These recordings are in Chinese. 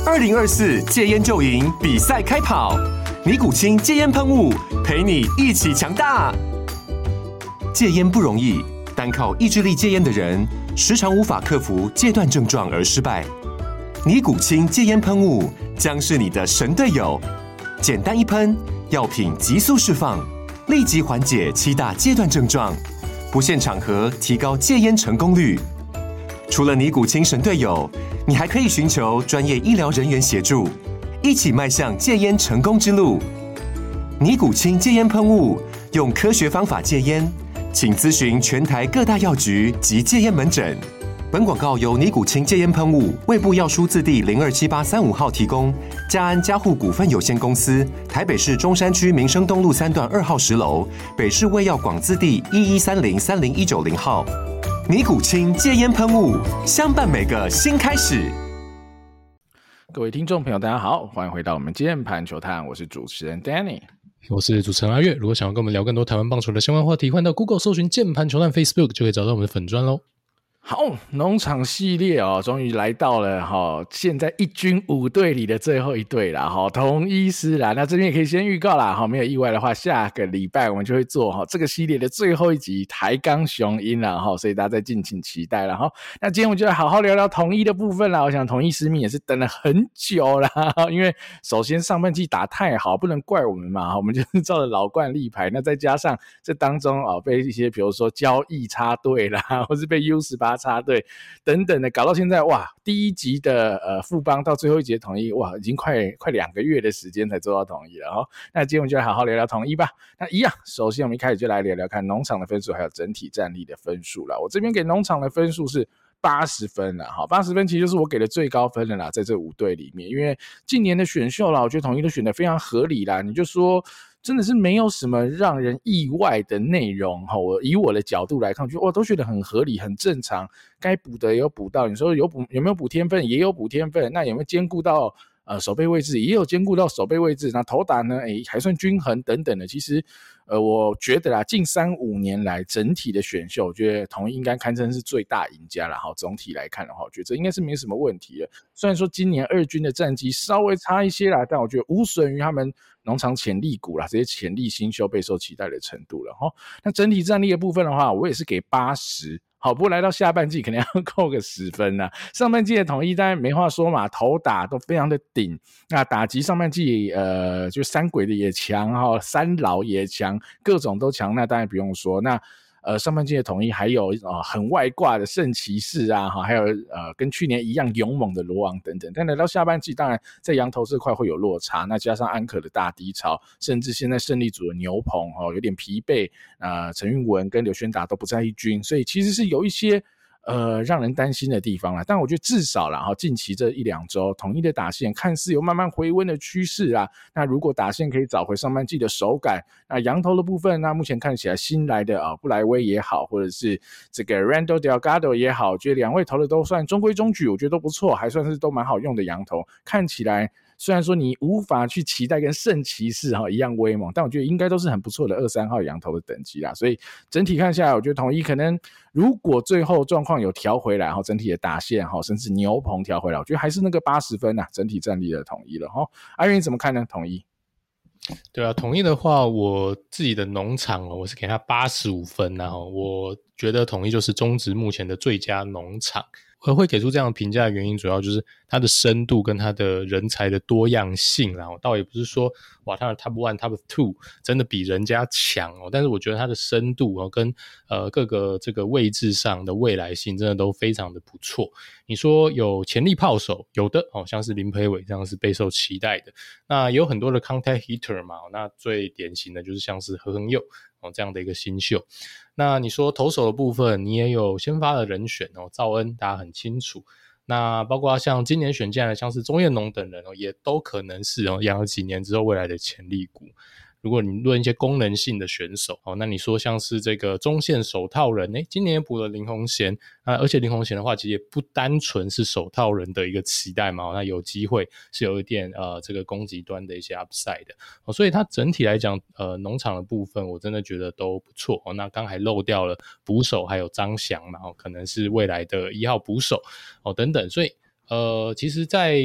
2024戒烟就赢比赛开跑，尼古清戒烟喷雾陪你一起强大。戒烟不容易，单靠意志力戒烟的人，时常无法克服戒断症状而失败。尼古清戒烟喷雾将是你的神队友，简单一喷，药品急速释放，立即缓解7大戒断症状，不限场合提高戒烟成功率。除了尼古清神队友，你还可以寻求专业医疗人员协助，一起迈向戒烟成功之路。尼古清戒烟喷雾，用科学方法戒烟，请咨询全台各大药局及戒烟门诊。本广告由尼古清戒烟喷雾、卫部药书字第027835号提供，嘉安嘉护股份有限公司，台北市中山区民生东路3段2号10楼，北市卫药广字第1130-30190号。尼古清戒烟喷雾，相伴每个新开始。 各位听众朋友大家好，欢迎回到我们键盘球探，我是主持人 Danny， 我是主持人阿月。如果想要跟我们聊更多台湾棒球的相关话题，欢迎到 Google 搜寻键盘球探 Facebook 就可以找到我们的粉专咯。 好，农场系列终于来到了现在一军5队里的最后一队啦，统一狮啦。那这边也可以先预告啦，没有意外的话，下个礼拜我们就会做这个系列的最后一集台钢雄鹰啦，所以大家再敬请期待啦。那今天我们就来好好聊聊统一的部分啦。我想统一狮迷也是等了很久啦，因为首先上半季打太好，不能怪我们嘛，我们就是照着老惯例排。那再加上这当中被一些比如说交易插队啦，或是被 U18插队等等的搞到现在，哇，第一集的富邦到最后一集的统一，哇，已经快2个月的时间才做到统一了那今天我们就来好好聊聊统一吧。那一样，首先我们一开始就来聊聊看农场的分数还有整体战力的分数啦。我这边给农场的分数是80分啦，80分其实就是我给的最高分了啦，在这5队里面。因为近年的选秀啦，我觉得统一都选得非常合理啦，你就说真的是没有什么让人意外的内容以我的角度来看，我都觉得很合理很正常，该补的也有补到。你说有没有补天分，也有补天分，那有没有兼顾到守备位置，也有兼顾到守备位置，那投打呢还算均衡等等的。其实我觉得啦，近3-5年来整体的选秀，我觉得统一应该堪称是最大赢家啦。总体来看的话，我觉得这应该是没什么问题的。虽然说今年二军的战绩稍微差一些啦，但我觉得无损于他们农场潜力股啦，这些潜力新秀备受期待的程度了那整体战力的部分的话，我也是给80。好，不过来到下半季可能要扣个10分啦。上半季的统一当然没话说嘛，投打都非常的顶。那打击上半季就三鬼的也强三老也强，各种都强，那当然不用说。那上半季的统一还有很外挂的圣骑士啊，还有跟去年一样勇猛的罗王等等。但来到下半季，当然在洋投这块会有落差，那加上安可的大低潮，甚至现在胜利组的牛棚有点疲惫，陈韵文跟刘轩达都不在一军，所以其实是有一些让人担心的地方啦。但我觉得至少啦近期这1-2周统一的打线看似有慢慢回温的趋势啦。那如果打线可以找回上半季的手感，那洋投的部分，那目前看起来新来的布莱威也好，或者是这个 Randall Delgado 也好，我觉得2位投的都算中规中矩，我觉得都不错，还算是都蛮好用的洋投。看起来虽然说你无法去期待跟圣骑士一样威猛，但我觉得应该都是很不错的2-3号洋投的等级啦。所以整体看下来，我觉得统一可能如果最后状况有调回来，整体的打线甚至牛棚调回来，我觉得还是那个80分啊，整体战力的统一了阿元你怎么看呢？统一？ 对啊，统一的话，我自己的农场我是给他85分我觉得统一就是中职目前的最佳农场。我会给出这样的评价的原因，主要就是它的深度跟它的人才的多样性啦。倒也不是说哇，它的 Top 1、Top 2真的比人家强但是我觉得它的深度跟各个这个位置上的未来性真的都非常的不错。你说有潜力炮手，有的像是林培伟这样是备受期待的。那有很多的 contact hitter 嘛，那最典型的就是像是何恒佑这样的一个新秀。那你说投手的部分，你也有先发的人选赵恩，大家很清楚。那包括像今年选进来的像是钟彦农等人也都可能是养了几年之后未来的潜力股。如果你论一些功能性的选手那你说像是这个中线手套人今年也补了林弘贤而且林弘贤的话其实也不单纯是手套人的一个期待嘛那有机会是有一点这个攻击端的一些 upside 的所以它整体来讲农场的部分我真的觉得都不错那刚还漏掉了捕手还有张翔嘛可能是未来的1号捕手等等所以其实在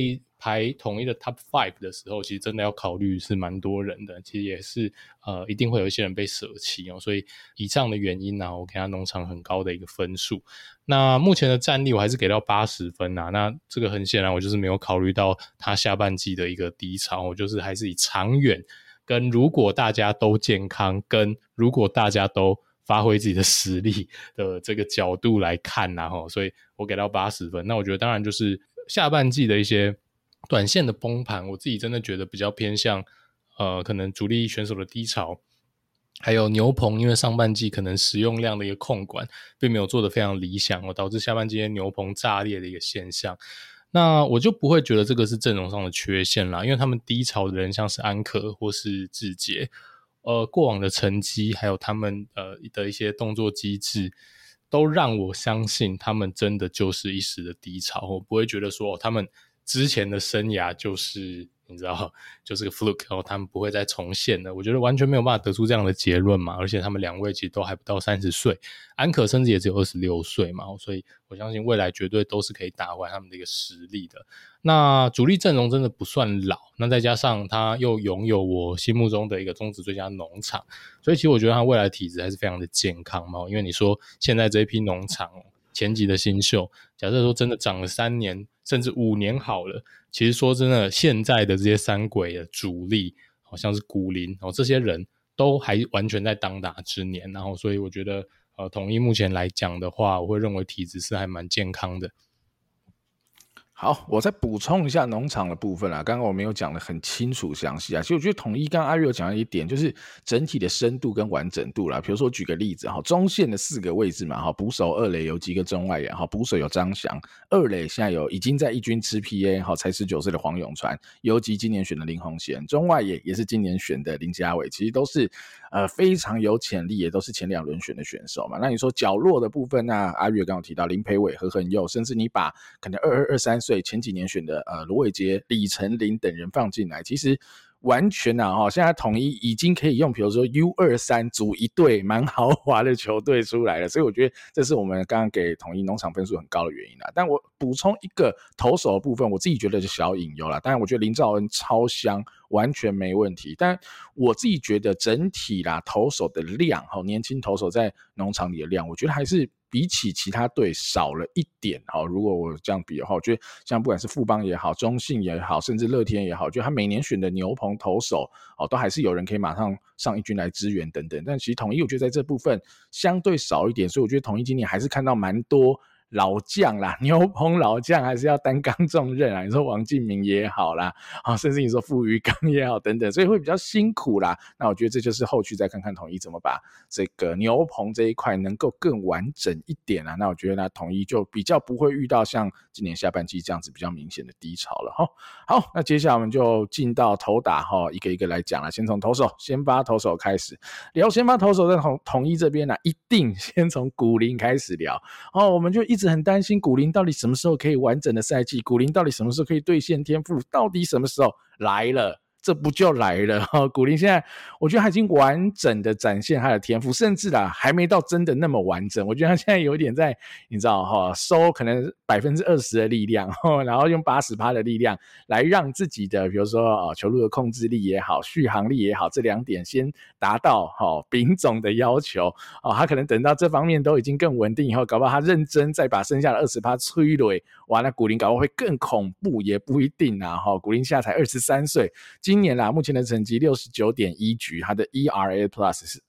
排统一的 Top 5的时候，其实真的要考虑是蛮多人的，其实也是一定会有一些人被舍弃哦，所以以上的原因我给他农场很高的一个分数。那目前的战力我还是给到80分啊，那这个很显然我就是没有考虑到他下半季的一个低潮，我就是还是以长远跟如果大家都健康跟如果大家都发挥自己的实力的这个角度来看所以我给到80分。那我觉得当然就是下半季的一些短线的崩盘，我自己真的觉得比较偏向可能主力选手的低潮，还有牛棚因为上半季可能使用量的一个控管并没有做得非常理想导致下半季牛棚炸裂的一个现象。那我就不会觉得这个是阵容上的缺陷啦，因为他们低潮的人像是安可或是志杰过往的成绩还有他们的一些动作机制都让我相信他们真的就是一时的低潮，我不会觉得说他们之前的生涯就是你知道就是个 fluke 他们不会再重现的，我觉得完全没有办法得出这样的结论嘛，而且他们两位其实都还不到30岁，安可甚至也只有26岁嘛，所以我相信未来绝对都是可以打回他们的一个实力的。那主力阵容真的不算老，那再加上他又拥有我心目中的一个中职最佳农场，所以其实我觉得他未来的体质还是非常的健康嘛，因为你说现在这一批农场前级的新秀，假设说真的长了3年甚至5年好了，其实说真的现在的这些三鬼的主力好像是古林这些人都还完全在当打之年，然后所以我觉得统一目前来讲的话，我会认为体质是还蛮健康的。 好，我再补充一下农场的部分啦。刚刚我没有讲得很清楚详细啊。其实我觉得统一刚刚阿瑞有讲到一点，就是整体的深度跟完整度啦。比如说举个例子中线的4个位置嘛捕手二垒有几个中外野捕手有张翔，二垒现在有已经在一军吃 PA 才19岁的黄永传，游击今年选的林鸿贤，中外野也是今年选的林家伟，其实都是非常有潜力，也都是前2轮选的选手嘛。那你说角落的部分，那阿瑞刚刚有提到林培伟、何恒佑，甚至你把可能22、23岁前几年选的罗伟杰、李成林等人放进来，其实完全现在统一已经可以用比如说 U23 组一队蛮豪华的球队出来了，所以我觉得这是我们刚刚给统一农场分数很高的原因啦。但我补充一个投手的部分，我自己觉得是小隐忧啦，当然我觉得林兆恩超香完全没问题，但我自己觉得整体啦投手的量年轻投手在农场里的量，我觉得还是比起其他队少了一点如果我这样比的话，我觉得像不管是富邦也好，中信也好，甚至乐天也好，我觉得他每年选的牛棚投手都还是有人可以马上上一军来支援等等。但其实统一我觉得在这部分相对少一点，所以我觉得统一今年还是看到蛮多老将啦，牛棚老将还是要担纲重任啊。你说王敬明也好啦，甚至你说傅余刚也好等等，所以会比较辛苦啦。那我觉得这就是后续再看看统一怎么把这个牛棚这一块能够更完整一点啊。那我觉得呢，统一就比较不会遇到像今年下半季这样子比较明显的低潮了齁。好，那接下来我们就进到投打一个一个来讲啦。先从投手先发投手开始聊，先发投手在统一这边呢，一定先从古林开始聊我们就一直很担心古林到底什么时候可以完整的赛季，古林到底什么时候可以兑现天赋，到底什么时候来了，这不就来了古林现在我觉得他已经完整的展现他的天赋，甚至还没到真的那么完整，我觉得他现在有点在你知道收可能 20% 的力量然后用 80% 的力量来让自己的比如说球路的控制力也好，续航力也好，这2点先达到丙总的要求他可能等到这方面都已经更稳定以后，搞不好他认真再把剩下的 20% 催泪，哇，那古林搞不好会更恐怖也不一定啊古林现在才23岁，今年目前的成绩 69.1 局，他的 ERA Plus 是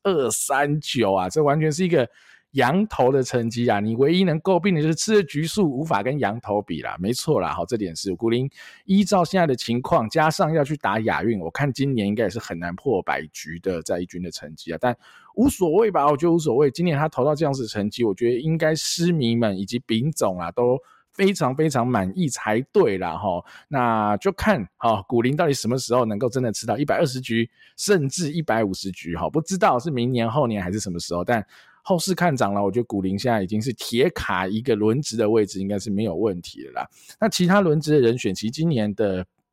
239啊，这完全是一个洋投的成绩啊，你唯一能诟病的就是吃的局数无法跟洋投比啦，没错啦这点是古林依照现在的情况，加上要去打亚运，我看今年应该也是很难破100局的在一军的成绩啊，但无所谓吧，我觉得无所谓，今年他投到这样子的成绩，我觉得应该狮迷们以及丙总都非常非常满意才对啦那就看古林到底什么时候能够真的吃到120局甚至150局不知道是明年后年还是什么时候，但后市看涨了，我觉得古林现在已经是铁卡一个轮值的位置，应该是没有问题的啦。那其他轮值的人选，其实今年的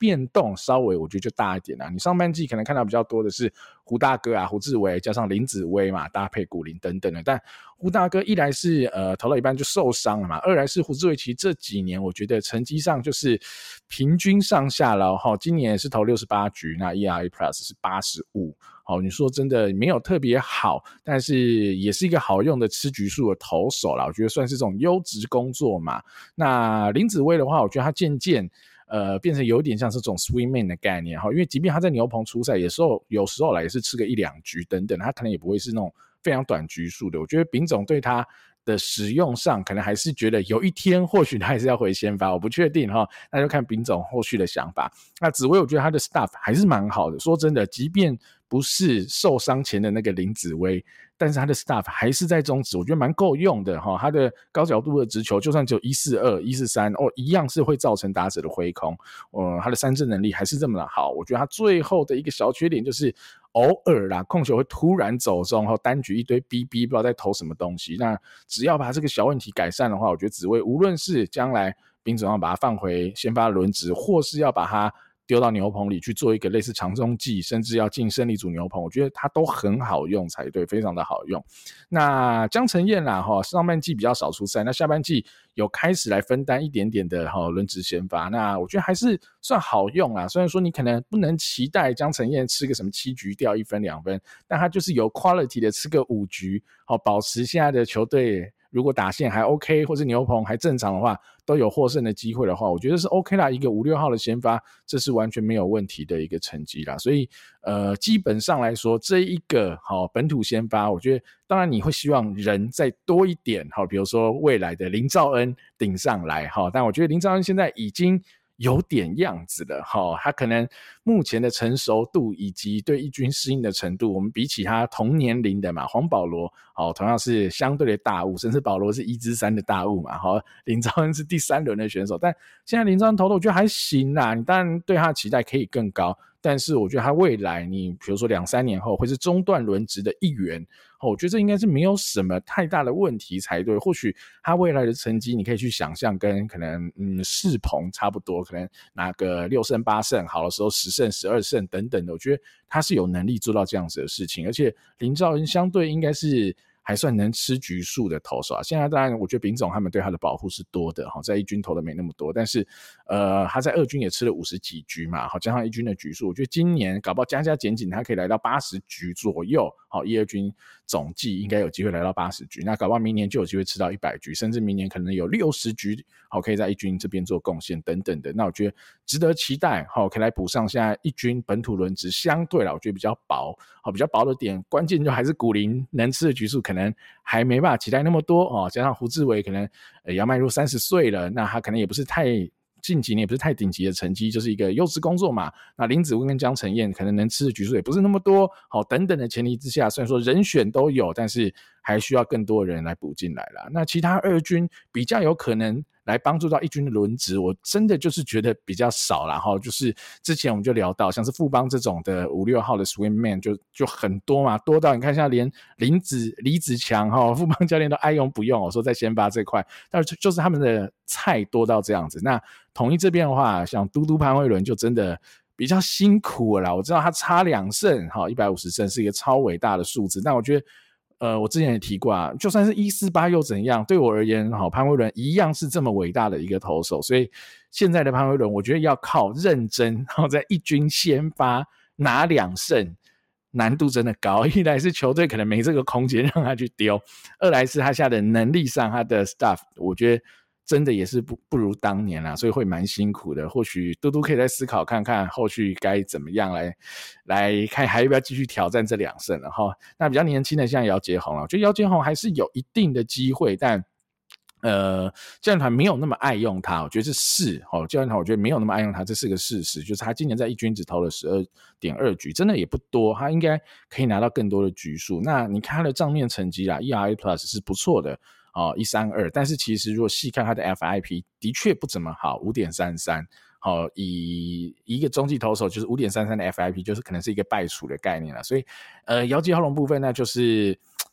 变动稍微我觉得就大一点啦。你上半季可能看到比较多的是胡大哥啊、胡志伟加上林子崴嘛，搭配古林等等的，但胡大哥一来是投到一半就受伤了嘛，二来是胡志伟其实这几年我觉得成绩上就是平均上下了今年也是投68局，那 ERA Plus 是85。好，你说真的没有特别好，但是也是一个好用的吃局数的投手啦，我觉得算是这种优质工作嘛。那林子崴的话，我觉得他渐渐变成有点像是这种 swingman 的概念，因为即便他在牛棚出赛，有时候来也是吃个1-2局等等，他可能也不会是那种非常短局数的。我觉得丙总对他的使用上可能还是觉得有一天或许他还是要回先发，我不确定那就看丙总后续的想法。那紫崴我觉得他的 staff 还是蛮好的，说真的，即便不是受伤前的那个林子崴，但是他的 staff 还是在中职，我觉得蛮够用的他的高角度的直球就算只有142、143一样是会造成打者的挥空，他的三振能力还是这么的好。我觉得他最后的一个小缺点就是偶尔啦，控球会突然走中，单局一堆 BB 不知道在投什么东西。那只要把这个小问题改善的话，我觉得紫崴无论是将来丙总要把它放回先发轮值，或是要把它丢到牛棚里去做一个类似长中继，甚至要进胜利组牛棚，我觉得它都很好用才对，非常的好用。那江承彦啦上半季比较少出赛，那下半季有开始来分担一点点的轮值先发，那我觉得还是算好用啦。虽然说你可能不能期待江承彦吃个什么7局掉1分2分，但他就是有 quality 的吃个5局保持现在的球队如果打线还 OK 或是牛棚还正常的话，都有获胜的机会的话，我觉得是 OK 啦，一个5、6号的先发，这是完全没有问题的一个成绩啦。所以基本上来说，这一个本土先发，我觉得当然你会希望人再多一点，比如说未来的林兆恩顶上来，但我觉得林兆恩现在已经有点样子了他可能目前的成熟度以及对一军适应的程度，我们比起他同年龄的嘛，黄保罗同样是相对的大物，甚至保罗是1之3的大物嘛，林兆恩是第3轮的选手，但现在林兆恩投的我觉得还行啦，你当然对他的期待可以更高，但是我觉得他未来你比如说2-3年后会是中段轮值的一员，我觉得这应该是没有什么太大的问题才对。或许他未来的成绩你可以去想象跟可能世鹏差不多，可能拿个6胜8胜，好的时候10胜12胜等等的，我觉得他是有能力做到这样子的事情。而且林兆恩相对应该是还算能吃局数的投手现在当然我觉得丙总他们对他的保护是多的在一军投的没那么多，但是他在二军也吃了50几局嘛加上一军的局数，我觉得今年搞不好加减减他可以来到80局左右一二军总计应该有机会来到80局，那搞不好明年就有机会吃到100局，甚至明年可能有60局可以在一军这边做贡献等等的，那我觉得值得期待可以来补上现在一军本土轮值相对啦我觉得比较薄的点，关键就还是古林能吃的局数可能还没办法期待那么多加上胡志伟可能也要迈入30岁了，那他可能也不是太近几年也不是太顶级的成绩，就是一个优质工作嘛。那林子崴跟江承彦可能能吃的局数也不是那么多等等的前提之下，虽然说人选都有，但是还需要更多的人来补进来啦。那其他二军比较有可能来帮助到一军的轮值，我真的就是觉得比较少啦就是之前我们就聊到像是富邦这种的5、6号的 swingman 就很多嘛，多到你看现在连李子强富邦教练都爱用不用说在先发这块，但是就是他们的菜多到这样子。那统一这边的话，像嘟嘟潘威伦就真的比较辛苦了啦，我知道他差2胜150胜是一个超伟大的数字，但我觉得我之前也提过就算是148又怎样，对我而言潘威伦一样是这么伟大的一个投手，所以现在的潘威伦我觉得要靠认真在一军先发拿2胜难度真的高，一来是球队可能没这个空间让他去丢，二来是他现在的能力上他的 staff 我觉得真的也是不如当年啦，所以会蛮辛苦的。或许嘟嘟可以再思考看看后续该怎么样来看还要不要继续挑战这2胜了那比较年轻的像姚杰宏我觉得姚杰宏还是有一定的机会，但教练团没有那么爱用他，我觉得是教练团我觉得没有那么爱用他，这是个事实，就是他今年在一军只投了 12.2 局，真的也不多，他应该可以拿到更多的局数。那你看他的账面成绩啦 ERA Plus 是不错的132，但是其实如果细看他的 FIP 的确不怎么好 5.33， 以一个中继投手就是 5.33 的 FIP 就是可能是一个败处的概念啦，所以姚杰豪龙部分那就是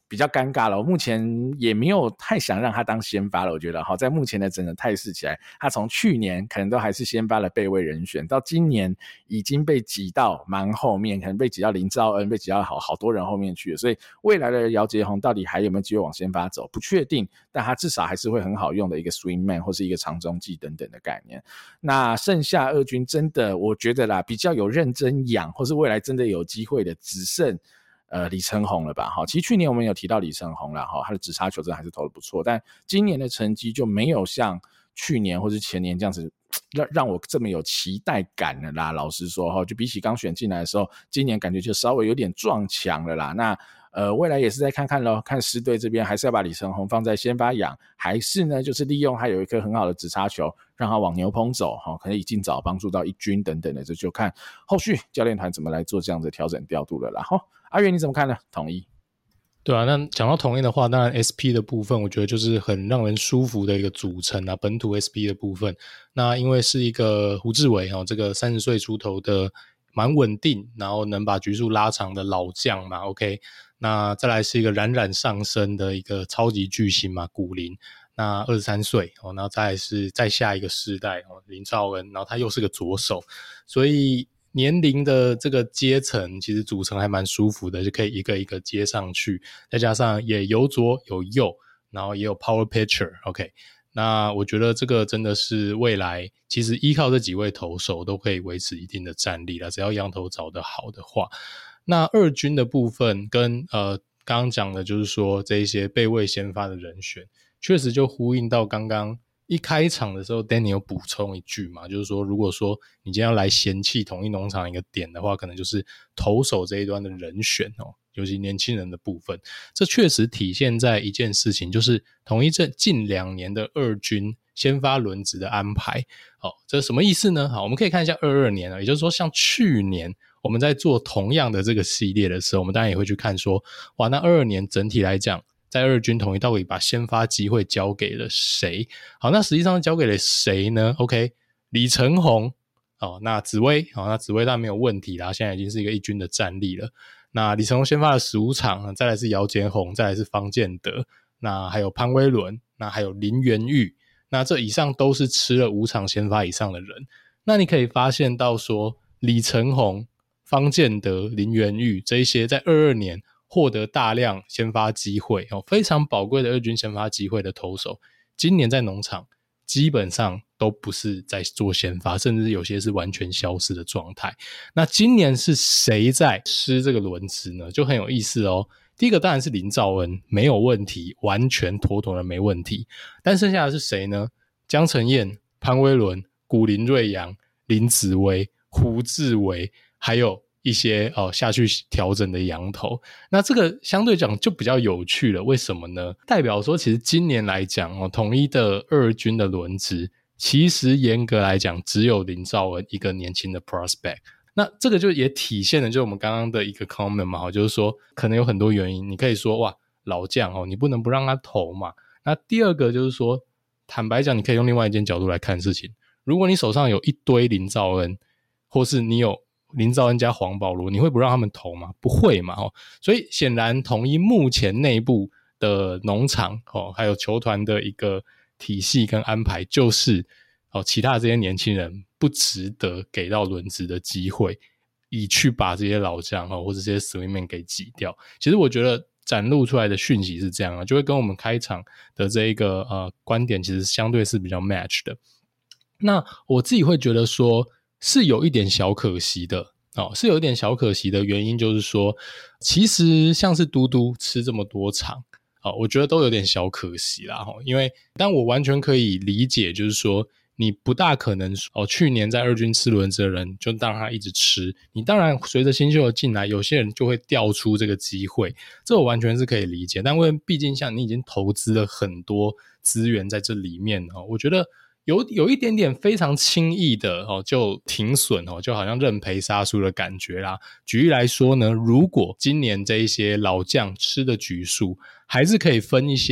比较尴尬了。我目前也没有太想让他当先发了，我觉得在目前的整个态势起来，他从去年可能都还是先发的备位人选，到今年已经被挤到蛮后面，可能被挤到林兆恩，被挤到好多人后面去了，所以未来的姚杰宏到底还有没有机会往先发走，不确定，但他至少还是会很好用的一个 swing man 或是一个长中继等等的概念。那剩下二军真的我觉得啦，比较有认真养或是未来真的有机会的只剩李承宏了吧。其实去年我们有提到李承宏啦，他的直插球真的还是投得不错，但今年的成绩就没有像去年或是前年这样子让我这么有期待感了啦。老实说就比起刚选进来的时候，今年感觉就稍微有点撞墙了啦。那未来也是再看看咯，看狮队这边还是要把李承宏放在先发养，还是呢就是利用他有一颗很好的直插球让他往牛棚走，可能以尽早帮助到一军等等的，这就看后续教练团怎么来做这样的调整调度了啦。阿元你怎么看呢？统一。 对啊，那讲到统一的话，当然 SP 的部分我觉得就是很让人舒服的一个组成啊，本土 SP 的部分。那因为是一个胡志伟这个30岁出头的蛮稳定，然后能把局数拉长的老将嘛 OK。 那再来是一个冉冉上升的一个超级巨星嘛，古林，那23岁然后再来是再下一个世代林兆恩，然后他又是个左手，所以年龄的这个阶层其实组成还蛮舒服的，就可以一个一个接上去，再加上也有左有右，然后也有 power pitcher OK。 那我觉得这个真的是未来其实依靠这几位投手都可以维持一定的战力啦，只要洋投找得好的话。那二军的部分跟刚刚讲的就是说这一些备位先发的人选，确实就呼应到刚刚一开场的时候 Danny 有补充一句嘛，就是说如果说你今天要来嫌弃统一农场一个点的话，可能就是投手这一端的人选尤其年轻人的部分。这确实体现在一件事情，就是统一这近2年的二军先发轮值的安排。这什么意思呢？好，我们可以看一下22年也就是说像去年我们在做同样的这个系列的时候，我们当然也会去看说哇，那22年整体来讲在二军统一到底把先发机会交给了谁？好，那实际上交给了谁呢？ OK， 李承宏那紫薇那紫薇当然没有问题啦，现在已经是一个一军的战力了。那李承宏先发了15场，再来是姚杰宏，再来是方建德，那还有潘威伦，那还有林元玉，那这以上都是吃了5场先发以上的人。那你可以发现到说李承宏、方建德、林元玉这一些在22年获得大量先发机会非常宝贵的二军先发机会的投手，今年在农场基本上都不是在做先发，甚至有些是完全消失的状态。那今年是谁在吃这个轮值呢？就很有意思第一个当然是林兆恩，没有问题，完全妥妥的没问题。但剩下的是谁呢？江承彦、潘威伦、古林睿煬、林子崴、胡志伟，还有一些下去调整的洋投。那这个相对讲就比较有趣了，为什么呢？代表说其实今年来讲统一的二军的轮值其实严格来讲只有林兆恩一个年轻的 prospect。 那这个就也体现了就我们刚刚的一个 comment 嘛，就是说可能有很多原因，你可以说哇老将你不能不让他投嘛。那第二个就是说坦白讲，你可以用另外一件角度来看事情，如果你手上有一堆林兆恩，或是你有林兆恩加黄保罗，你会不让他们投吗？不会嘛所以显然统一目前内部的农场还有球团的一个体系跟安排，就是其他的这些年轻人不值得给到轮值的机会，以去把这些老将或者这些 swingman 给挤掉。其实我觉得展露出来的讯息是这样就会跟我们开场的这一个观点其实相对是比较 match 的。那我自己会觉得说是有一点小可惜的是有一点小可惜的原因就是说，其实像是嘟嘟吃这么多场我觉得都有点小可惜啦因为但我完全可以理解，就是说你不大可能去年在二军吃轮值的人就让他一直吃，你当然随着新秀的进来，有些人就会调出这个机会，这我完全是可以理解。但因为毕竟像你已经投资了很多资源在这里面我觉得有一点点非常轻易的就停损就好像认赔杀输的感觉啦。举例来说呢，如果今年这一些老将吃的局数还是可以分一些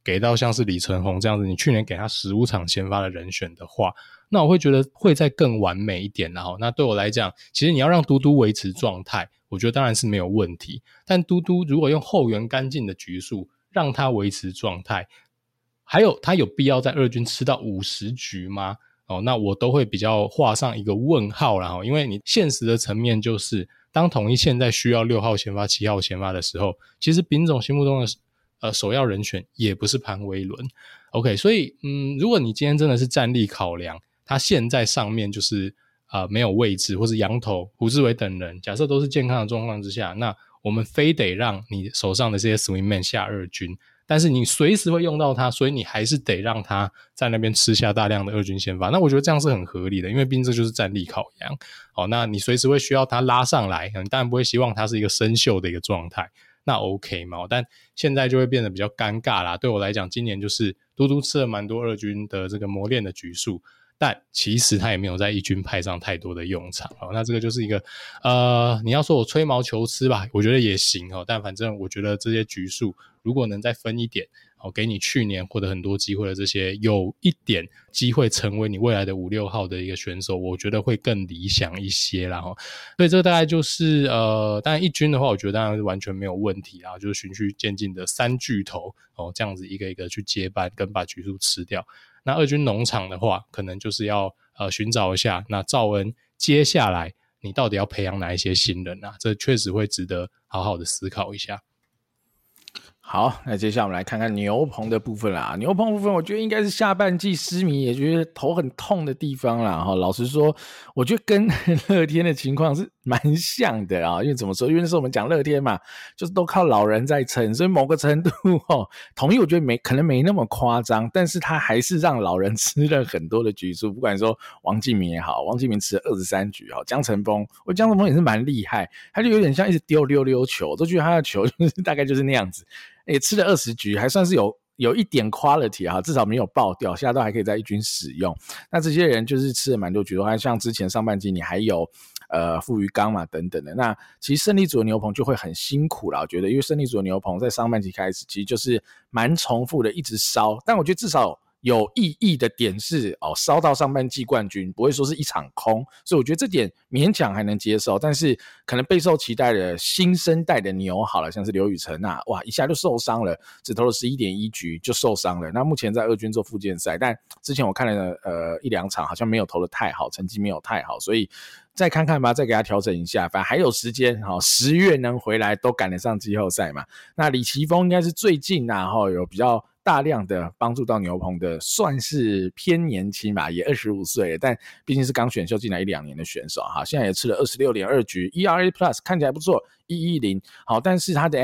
给到像是李承宏这样子，你去年给他15场先发的人选的话，那我会觉得会再更完美一点。然后那对我来讲，其实你要让嘟嘟维持状态，我觉得当然是没有问题，但嘟嘟如果用后援干净的局数让他维持状态，还有他有必要在二军吃到50局吗？那我都会比较画上一个问号啦，因为你现实的层面就是当统一现在需要6号先发7号先发的时候，其实丙总心目中的首要人选也不是潘威伦。 OK， 所以如果你今天真的是战力考量，他现在上面就是没有位置，或是洋投胡志伟等人假设都是健康的状况之下，那我们非得让你手上的这些 swingman 下二军，但是你随时会用到他，所以你还是得让他在那边吃下大量的二军先发，那我觉得这样是很合理的，因为毕竟这就是战力考量。那你随时会需要他拉上来，你当然不会希望他是一个生锈的一个状态，那 OK 嘛？但现在就会变得比较尴尬啦。对我来讲，今年就是嘟嘟吃了蛮多二军的这个磨练的局数，但其实他也没有在一军派上太多的用场。那这个就是一个你要说我吹毛求疵吧，我觉得也行，但反正我觉得这些局数如果能再分一点，给你去年获得很多机会的这些有一点机会成为你未来的5、6号的一个选手，我觉得会更理想一些啦。所以这个大概就是当然一军的话，我觉得当然是完全没有问题啦，就是循序渐进的3巨头这样子一个一个去接班跟把局数吃掉。那二军农场的话，可能就是要寻找一下，那兆恩接下来你到底要培养哪一些新人啊？这确实会值得好好的思考一下。 好，那接下来我们来看看牛棚的部分啦。牛棚部分我觉得应该是下半季狮迷也觉得头很痛的地方啦。老实说我觉得跟乐天的情况是蛮像的啊。因为怎么说，因为那时候我们讲乐天嘛，就是都靠老人在撑，所以某个程度统一我觉得可能没那么夸张，但是他还是让老人吃了很多的局数。不管说王敬明也好，王敬明吃了23局，江承峰也是蛮厉害，他就有点像一直丢溜溜球，我都觉得他的球就是大概就是那样子，也吃了20局，还算是有一点 quality 啊，至少没有爆掉，现在都还可以在一军使用。那这些人就是吃了蛮多局的话，像之前上半季你还有傅余刚嘛等等的，那其实胜利组的牛棚就会很辛苦啦，我觉得，因为胜利组的牛棚在上半季开始其实就是蛮重复的，一直烧，但我觉得至少有意义的点是烧到上半季冠军，不会说是一场空，所以我觉得这点勉强还能接受。但是可能备受期待的新生代的牛好了，像是刘宇辰啊，哇，一下就受伤了，只投了11.1局就受伤了。那目前在二军做复健赛，但之前我看了1-2场，好像没有投得太好，成绩没有太好，所以再看看吧，再给他调整一下，反正还有时间，10月能回来都赶得上季后赛嘛。那李奇峰应该是最近有比较大量的帮助到牛棚的，算是偏年轻吧，也25岁了，但毕竟是刚选秀进来1-2年的选手哈，现在也吃了26.2局 ERA Plus 看起来不错110，好，但是他的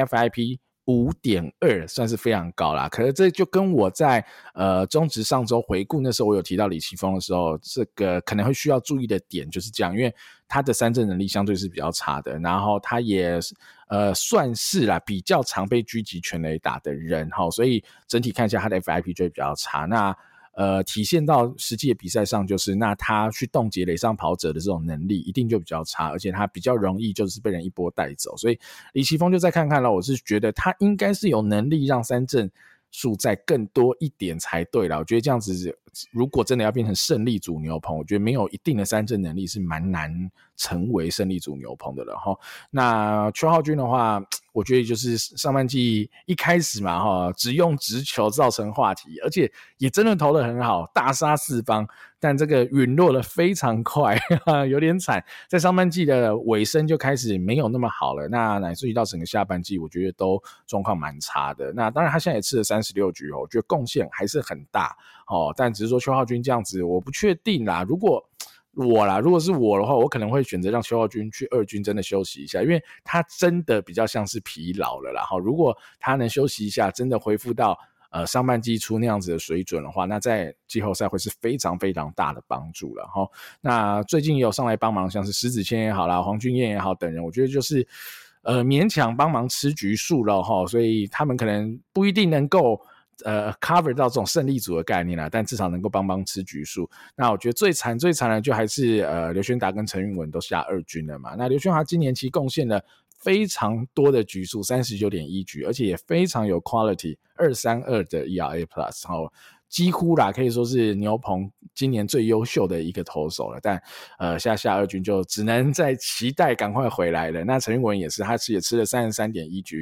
FIP5.2 算是非常高啦，可是这就跟我在中职上周回顾那时候我有提到李奇峰的时候，这个可能会需要注意的点就是这样，因为他的三振能力相对是比较差的，然后他也算是啦比较常被狙击全垒打的人，所以整体看一下他的 FIP 就会比较差。那体现到实际的比赛上，就是那他去冻结垒上跑者的这种能力一定就比较差，而且他比较容易就是被人一波带走，所以李奇峰就再看看了，我是觉得他应该是有能力让三振数再更多一点才对啦。我觉得这样子如果真的要变成胜利组牛棚，我觉得没有一定的三振能力是蛮难成为胜利组牛棚的了齁。那邱浩鈞的话，我觉得就是上半季一开始嘛只用直球造成话题，而且也真的投得很好，大杀四方，但这个陨落得非常快有点惨，在上半季的尾声就开始没有那么好了，那乃至于到整个下半季我觉得都状况蛮差的。那当然他现在也吃了36局我觉得贡献还是很大但只是说邱浩鈞这样子我不确定啦，如果是我的话，我可能会选择让邱浩鈞去二军真的休息一下，因为他真的比较像是疲劳了啦。如果他能休息一下，真的恢复到上半季初那样子的水准的话，那在季后赛会是非常非常大的帮助了齁。那最近也有上来帮忙，像是施子谦也好啦，黄俊彦也好等人，我觉得就是勉强帮忙吃局数了齁，所以他们可能不一定能够cover 到这种胜利组的概念啦，但至少能够帮吃局数。那我觉得最惨的就还是刘轩达跟陈韵文都下二军了嘛。那刘轩华今年其实贡献了非常多的局数 39.1 局，而且也非常有 quality 232的 ERA plus， 然后几乎啦可以说是牛棚今年最优秀的一个投手了，但下二军就只能再期待赶快回来了。那陈韵文也是，他也吃了 33.1 局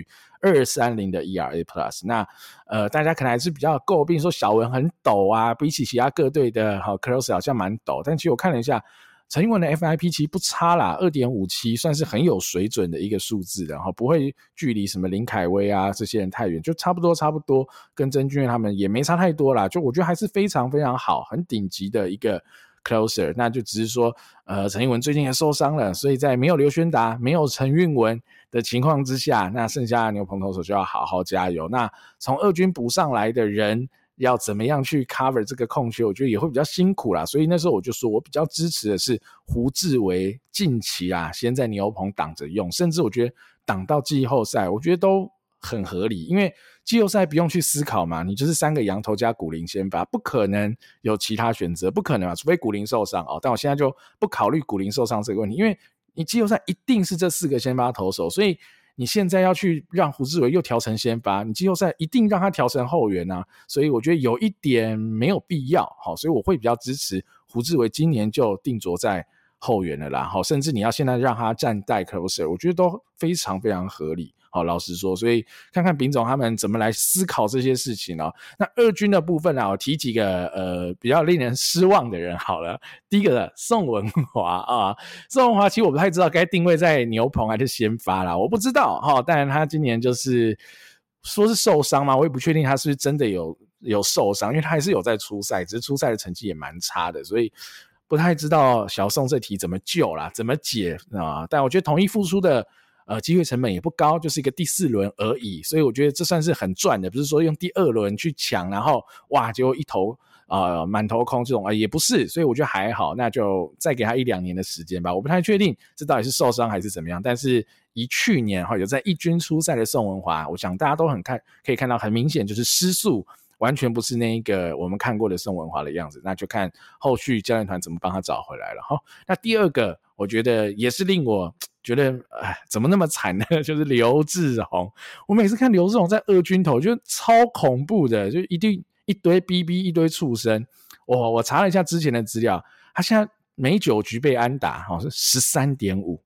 230的 ERA plus， 那大家可能还是比较诟病说小文很陡啊，比起其他各队的closer 好像蛮陡，但其实我看了一下陈韵文的 FIP 其实不差啦， 2.57 算是很有水准的一个数字的，不会距离什么林凯威啊这些人太远，就差不多跟曾俊岳他们也没差太多啦，就我觉得还是非常非常好，很顶级的一个 closer。 那就只是说陈韵文最近也受伤了，所以在没有刘轩达没有陈韵文的情况之下，那剩下的牛棚投手就要好好加油。那从二军补上来的人要怎么样去 cover 这个空缺，我觉得也会比较辛苦啦，所以那时候我就说我比较支持的是胡志伟近期先在牛棚挡着用，甚至我觉得挡到季后赛我觉得都很合理，因为季后赛不用去思考嘛，你就是3个洋投加古林先发，不可能有其他选择，不可能除非古林受伤但我现在就不考虑古林受伤这个问题，因为你季后赛一定是这4个先发投手，所以你现在要去让胡志伟又调成先发，你季后赛一定让他调成后援啊，所以我觉得有一点没有必要，所以我会比较支持胡志伟今年就定着在后援了啦，甚至你要现在让他站代 closer， 我觉得都非常非常合理，老实说，所以看看丙总他们怎么来思考这些事情那二军的部分我提几个比较令人失望的人好了。第一个宋文华宋文华其实我不太知道该定位在牛棚还是先发啦，我不知道当然他今年就是说是受伤嘛，我也不确定他是不是真的有受伤，因为他还是有在出赛，只是出赛的成绩也蛮差的，所以不太知道小宋这题怎么救啦，怎么解但我觉得统一付出的机会成本也不高，就是一个第4轮而已，所以我觉得这算是很赚的，不是说用第2轮去抢，然后哇结果一头满头空这种也不是，所以我觉得还好，那就再给他1-2年的时间吧，我不太确定这到底是受伤还是怎么样，但是以去年有在一军出赛的宋文华，我想大家都可以看到很明显就是失速，完全不是那一个我们看过的宋文华的样子，那就看后续教练团怎么帮他找回来了那第二个我觉得也是令我觉得怎么那么惨呢，就是刘志宏。我每次看刘志宏在二军投就超恐怖的，就一堆 BB 一堆畜生。我查了一下之前的资料，他现在每9局被安打是 13.5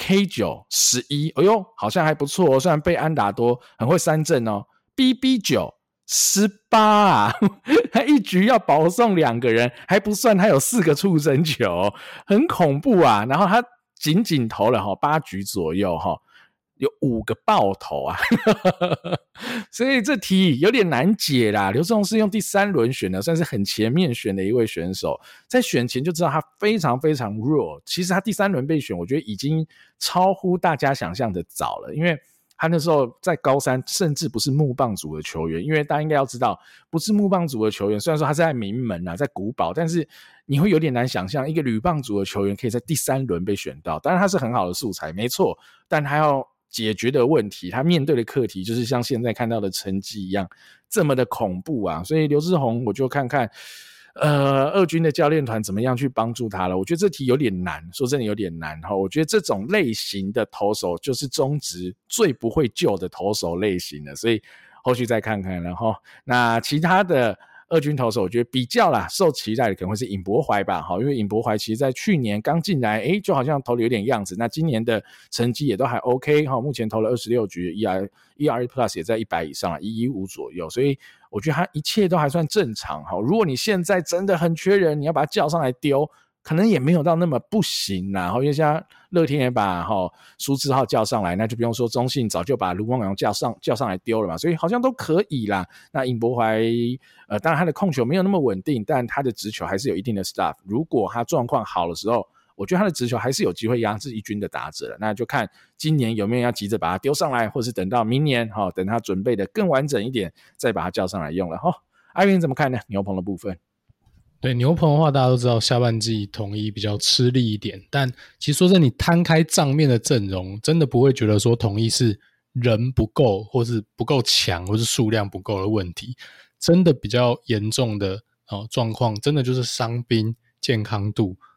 K9 11， 哎呦好像还不错虽然被安打多，很会三振BB9 18他一局要保送2个人，还不算他有4个触身球，很恐怖然后他仅仅投了8局左右有5个爆头所以这题有点难解啦。刘志宏是用第3轮选的，算是很前面选的一位选手，在选前就知道他非常非常弱，其实他第3轮被选我觉得已经超乎大家想象的早了，因为他那时候在高三甚至不是木棒组的球员，因为大家应该要知道不是木棒组的球员，虽然说他是在名门在古堡，但是你会有点难想象一个铝棒组的球员可以在第3轮被选到，当然他是很好的素材没错，但他要解决的问题，他面对的课题就是像现在看到的成绩一样这么的恐怖所以刘志宏我就看看二军的教练团怎么样去帮助他了，我觉得这题有点难，说真的有点难我觉得这种类型的投手就是中职最不会救的投手类型了，所以后续再看看那其他的二军投手我觉得比较受期待的可能会是尹柏怀吧因为尹柏怀其实在去年刚进来就好像投的有点样子，那今年的成绩也都还 OK 目前投了26局 ERA Plus 也在100以上115左右，所以我觉得他一切都还算正常如果你现在真的很缺人，你要把他叫上来丢可能也没有到那么不行啦因为现在乐天也把苏智浩叫上来，那就不用说中信早就把卢光阳叫上来丢了嘛，所以好像都可以啦。那尹柏怀当然他的控球没有那么稳定，但他的直球还是有一定的 stuff， 如果他状况好的时候，我觉得他的直球还是有机会压制一军的打者了，那就看今年有没有要急着把他丢上来，或是等到明年等他准备的更完整一点再把他叫上来用了阿元怎么看呢？牛棚的部分。 对牛棚的话，大家都知道下半季统一比较吃力一点，但其实说真的，你摊开账面的阵容，真的不会觉得说统一是人不够，或是不够强，或是数量不够的问题。真的比较严重的状况，真的就是伤兵、健康度，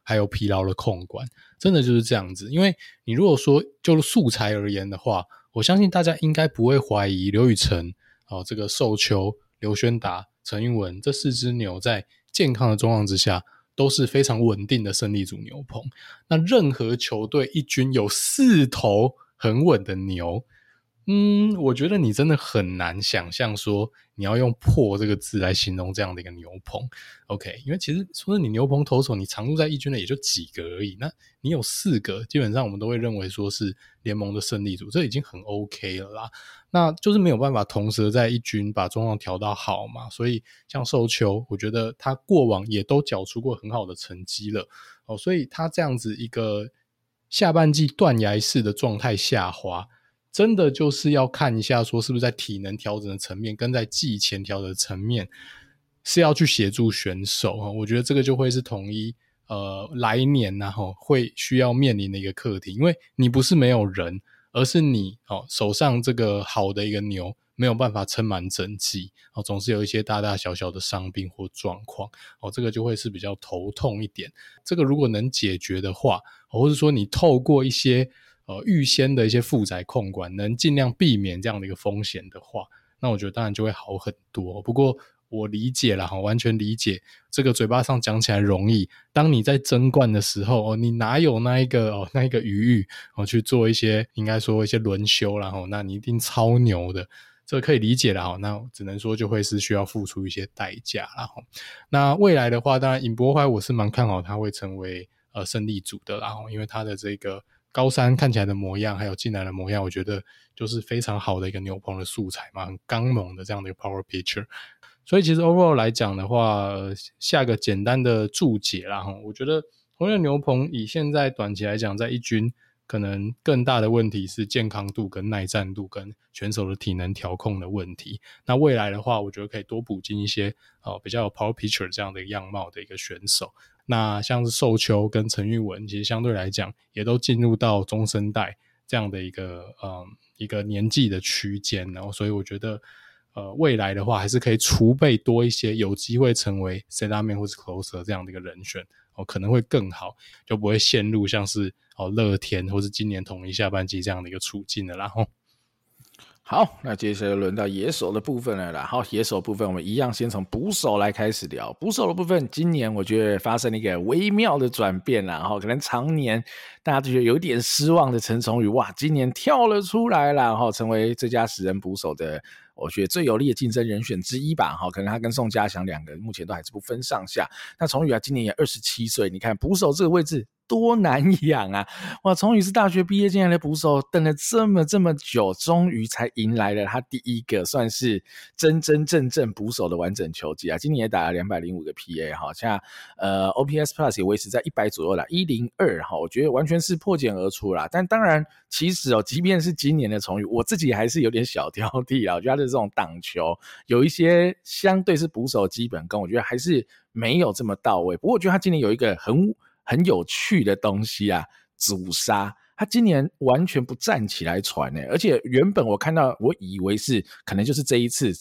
还有疲劳的控管，真的就是这样子。因为你如果说就素材而言的话，我相信大家应该不会怀疑刘宇辰、这个寿球、刘轩达、陈韵文这4只牛在健康的状况之下都是非常稳定的胜利组牛棚。那任何球队一军有4头很稳的牛，我觉得你真的很难想象说你要用破这个字来形容这样的一个牛棚。 OK， 因为其实说是你牛棚投手你常驻在一军的也就几个而已，那你有4个基本上我们都会认为说是联盟的胜利组，这已经很 OK 了啦。那就是没有办法同时在一军把状况调到好嘛，所以像寿球我觉得他过往也都缴出过很好的成绩了，所以他这样子一个下半季断崖式的状态下滑，真的就是要看一下说是不是在体能调整的层面跟在季前调整的层面是要去协助选手。我觉得这个就会是统一来年会需要面临的一个课题，因为你不是没有人，而是你手上这个好的一个牛没有办法撑满整季，总是有一些大大小小的伤病或状况，这个就会是比较头痛一点。这个如果能解决的话，或者说你透过一些预先的一些负载控管能尽量避免这样的一个风险的话，那我觉得当然就会好很多。不过我理解啦，完全理解，这个嘴巴上讲起来容易，当你在争冠的时候你哪有那一个余裕去做一些应该说一些轮休啦，那你一定超牛的，这个可以理解啦，那只能说就会是需要付出一些代价啦。那未来的话当然尹柏淮我是蛮看好他会成为胜利组的啦，因为他的这个高三看起来的模样还有进来的模样，我觉得就是非常好的一个牛棚的素材嘛，很刚猛的这样的一个 power pitcher。 所以其实 overall 来讲的话下个简单的注解啦，我觉得红人牛棚以现在短期来讲在一军可能更大的问题是健康度跟耐战度跟选手的体能调控的问题，那未来的话我觉得可以多补进一些比较有 power pitcher 这样的样貌的一个选手。那像是寿球跟陈韵文其实相对来讲也都进入到中生代这样的一个年纪的区间，然后所以我觉得未来的话还是可以储备多一些有机会成为 Set-up Man 或是 Closer 这样的一个人选可能会更好，就不会陷入像是乐天或是今年统一下半季这样的一个处境了啦。 好，那接下来轮到野手的部分了啦。好，野手部分我们一样先从捕手来开始聊。捕手的部分今年我觉得发生了一个微妙的转变啦，可能常年大家都觉得有点失望的陈崇宇，哇，今年跳了出来啦，成为最佳10人捕手的我觉得最有力的竞争人选之一吧，可能他跟宋家祥2个目前都还是不分上下。那崇宇今年也27岁，你看捕手这个位置多难养啊！哇，崇宇是大学毕业进来的捕手，等了这么久，终于才迎来了他第一个算是真正捕手的完整球季啊！今年也打了205个 PA， 现在OPS Plus 也维持在100左右啦，102，我觉得完全是破茧而出啦。但当然，其实即便是今年的崇宇，我自己还是有点小挑剔啦。我觉得他的这种挡球有一些相对是捕手基本功，我觉得还是没有这么到位。不过我觉得他今年有一个很有趣的东西啊，阻杀。他今年完全不站起来传而且原本我看到我以为是可能就是这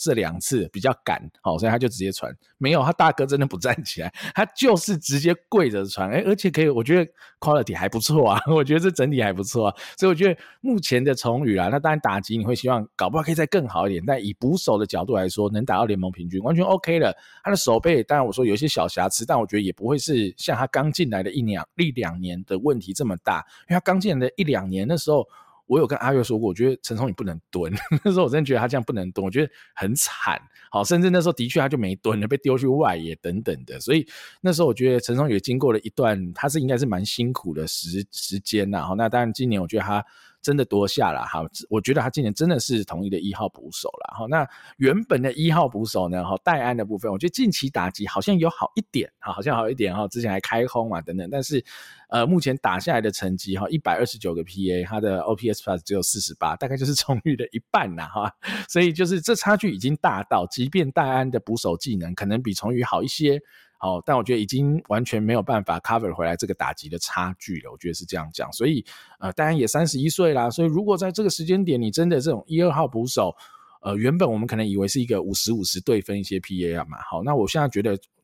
2次比较赶，所以他就直接传，没有，他大哥真的不站起来，他就是直接跪着传，而且可以，我觉得 quality 还不错啊，我觉得这整体还不错啊，所以我觉得目前的崇宇那当然打击你会希望搞不好可以再更好一点，但以捕手的角度来说，能打到联盟平均完全 OK 了。他的手背当然我说有一些小瑕疵，但我觉得也不会是像他刚进来的一两年的问题这么大，因为他刚进来的1-2年那时候我有跟阿月说过，我觉得陈崇宇不能蹲那时候我真的觉得他这样不能蹲，我觉得很惨，甚至那时候的确他就没蹲了，被丢去外野等等的，所以那时候我觉得陈崇宇经过了一段他是应该是蛮辛苦的时间啦，那当然今年我觉得他真的夺下了，我觉得他今年真的是统一的1号捕手啦。那原本的1号捕手呢，戴安的部分我觉得近期打击好像有好一点，之前还开轰嘛等等，但是目前打下来的成绩129个 PA， 他的 OPS Plus 只有48，大概就是崇宇的一半啦，所以就是这差距已经大到即便戴安的捕手技能可能比崇宇好一些，但我觉得已经完全没有办法 cover 回来这个打击的差距了，我觉得是这样讲。所以当然也31岁啦，所以如果在这个时间点你真的这种1-2号捕手原本我们可能以为是一个50-50对分一些 PA 嘛，好，那我现在觉得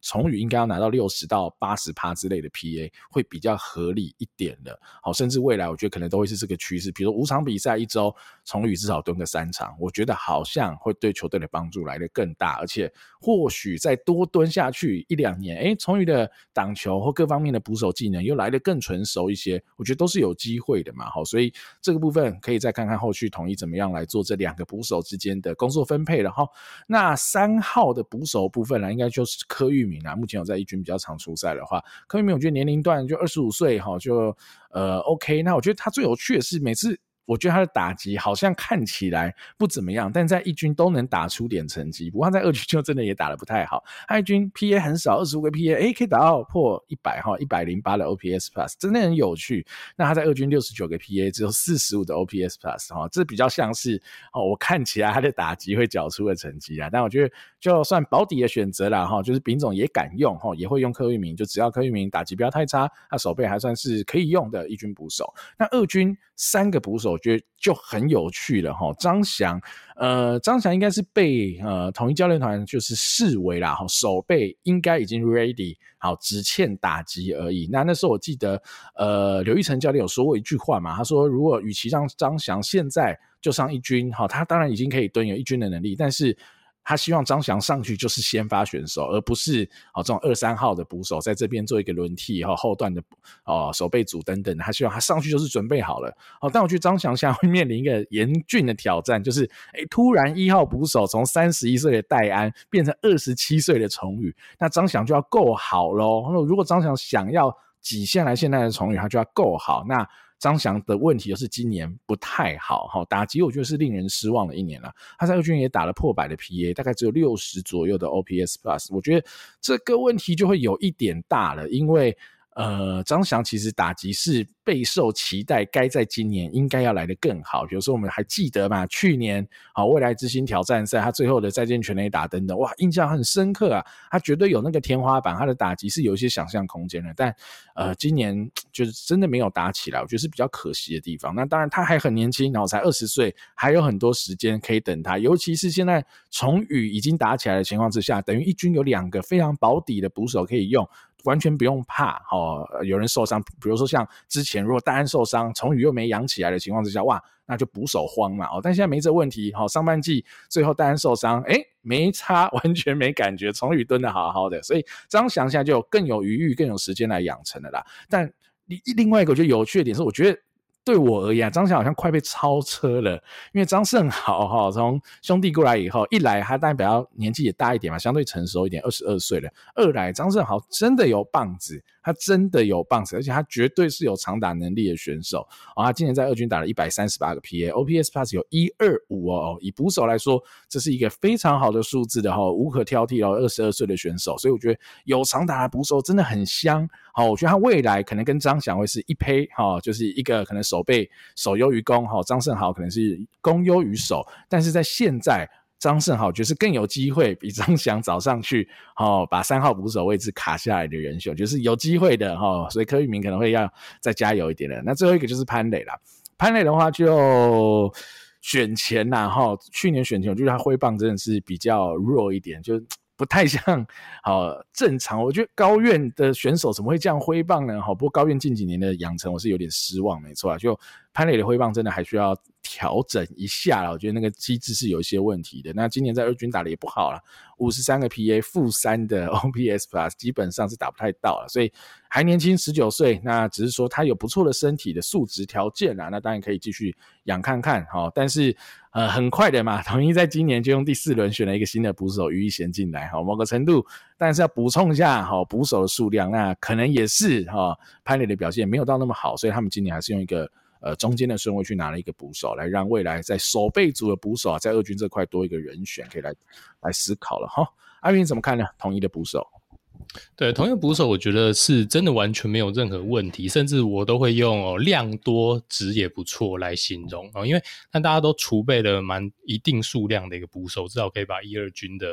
崇宇应该要拿到60%到80%之类的 PA 会比较合理一点的。好，甚至未来我觉得可能都会是这个趋势，比如说5场比赛1周崇宇至少蹲个3场，我觉得好像会对球队的帮助来得更大，而且或许再多蹲下去1-2年，崇宇的挡球或各方面的捕手技能又来得更纯熟一些，我觉得都是有机会的嘛。好，所以这个部分可以再看看后续统一怎么样来做这2个捕手之间的工作分配了哈。那3号的捕手部分啦，应该就是柯玉明啦。目前有在一军比较常出赛的话，柯玉明我觉得年龄段就25岁哈，就OK。那我觉得他最有趣的是每次。我觉得他的打击好像看起来不怎么样，但在一军都能打出点成绩。不过他在二军就真的也打得不太好，他一军 PA 很少，25个 PA， 可以打到破100，108的 OPS Plus， 真的很有趣。那他在二军69个 PA， 只有45的 OPS Plus， 这比较像是我看起来他的打击会缴出的成绩啦。但我觉得就算保底的选择啦，就是丙总也敢用，也会用柯玉明，就只要柯玉明打击不要太差，他手背还算是可以用的一军捕手。那二军3个捕手我觉得就很有趣了齁。张翔应该是被统一教练团就是视为啦手背应该已经 ready， 好，只欠打击而已。那时候我记得刘奕成教练有说过一句话嘛，他说如果与其让张翔现在就上一军，他当然已经可以蹲有一军的能力，但是他希望张翔上去就是先发选手，而不是这种2、3号的捕手在这边做一个轮替后段的守备组等等，他希望他上去就是准备好了。但我觉得张翔现在会面临一个严峻的挑战，就是突然1号捕手从31岁的戴安变成27岁的崇宇，那张翔就要够好咯。如果张翔想要挤下来现在的崇宇，他就要够好。那张翔的问题就是今年不太好，打击我觉得是令人失望的一年了。他在二军也打了破100的 PA， 大概只有60左右的 OPS Plus， 我觉得这个问题就会有一点大了，因为张翔其实打击是备受期待，该在今年应该要来得更好。比如说我们还记得嘛，去年未来之星挑战赛他最后的再见全垒打等等，哇，印象很深刻啊，他绝对有那个天花板，他的打击是有一些想象空间的，但今年就是真的没有打起来，我觉得是比较可惜的地方。那当然他还很年轻，然后才20岁，还有很多时间可以等他，尤其是现在崇宇已经打起来的情况之下，等于一军有2个非常保底的捕手可以用，完全不用怕有人受伤，比如说像之前如果戴安受伤，崇宇又没养起来的情况之下，哇，那就捕手慌嘛但现在没这问题上半季最后戴安受伤没差，完全没感觉，崇宇蹲得好好的，所以张翔现在就更有余裕更有时间来养成了啦。但另外一个我觉得有趣的点是，我觉得对我而言张翔好像快被超车了，因为张胜豪从兄弟过来以后，一来他代表年纪也大一点嘛，相对成熟一点，22岁了，二来张胜豪真的有棒子，他真的有棒子，而且他绝对是有长打能力的选手他今年在二军打了138个 PA， OPS Plus 有125以捕手来说这是一个非常好的数字的无可挑剔22岁的选手，所以我觉得有长打的捕手真的很香我觉得他未来可能跟张翔会是一胚就是一个可能守备守优于攻张胜豪可能是攻优于守，但是在现在张胜豪就是更有机会比张翔早上去把3号捕手位置卡下来的人选，就是有机会的所以柯玉明可能会要再加油一点的。那最后一个就是潘磊啦，潘磊的话就选前啦去年选前我觉得他挥棒真的是比较弱一点，就不太像正常，我觉得高院的选手怎么会这样挥棒呢不过高院近几年的养成我是有点失望，没错就潘磊的挥棒真的还需要调整一下啦，我觉得那个机制是有一些问题的。那今年在二军打得也不好啦，53个 PA -3的 OPS Plus 基本上是打不太到了，所以还年轻19岁，那只是说他有不错的身体的素质条件啦，那当然可以继续养看看但是很快的嘛，统一在今年就用第4轮选了一个新的捕手于一贤进来某个程度但是要补充一下捕手的数量，那可能也是潘磊的表现没有到那么好，所以他们今年还是用一个中间的顺位去拿了一个捕手，来让未来在守备组的捕手在二军这块多一个人选可以来思考了阿云怎么看呢？统一的捕手对，统一的捕手我觉得是真的完全没有任何问题，甚至我都会用量多质也不错来形容因为大家都储备了蛮一定数量的一个捕手，至少可以把1、2军的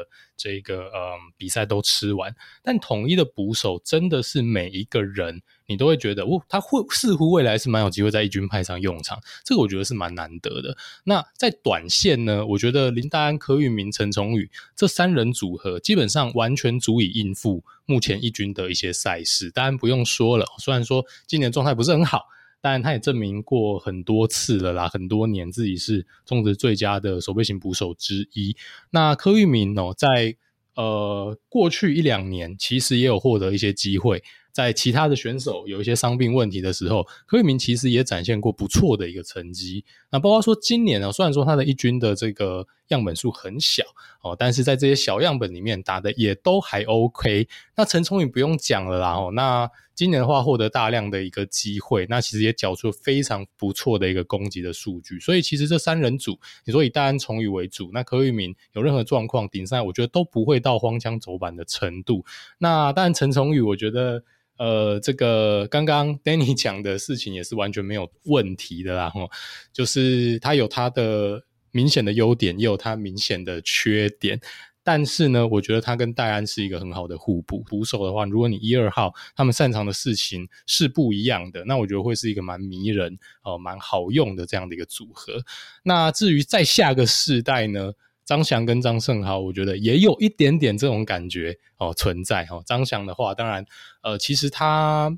这个比赛都吃完，但统一的捕手真的是每一个人你都会觉得他似乎未来是蛮有机会在一军派上用场，这个我觉得是蛮难得的。那在短线呢，我觉得林岱安、柯玉明、陈崇宇这三人组合基本上完全足以应付目前一军的一些赛事，当然不用说了，虽然说今年状态不是很好，当然他也证明过很多次了啦，很多年自己是中职最佳的守备型捕手之一。那柯玉明在过去1-2年其实也有获得一些机会，在其他的选手有一些伤病问题的时候，柯玉明其实也展现过不错的一个成绩。那包括说今年虽然说他的一军的这个样本数很小但是在这些小样本里面打的也都还 OK。那陈崇宇不用讲了啦那今年的话获得大量的一个机会，那其实也缴出非常不错的一个攻击的数据。所以其实这三人组，你说以岱安、崇宇为主，那柯玉明有任何状况顶上来，我觉得都不会到荒腔走板的程度。那当然陈崇宇我觉得这个刚刚 Danny 讲的事情也是完全没有问题的啦就是他有他的明显的优点，也有他明显的缺点，但是呢我觉得他跟岱安是一个很好的互补。捕手的话，如果你1、2号他们擅长的事情是不一样的，那我觉得会是一个蛮迷人蛮好用的这样的一个组合。那至于在下个世代呢，张翔跟张胜豪我觉得也有一点点这种感觉存在张翔的话，当然其实他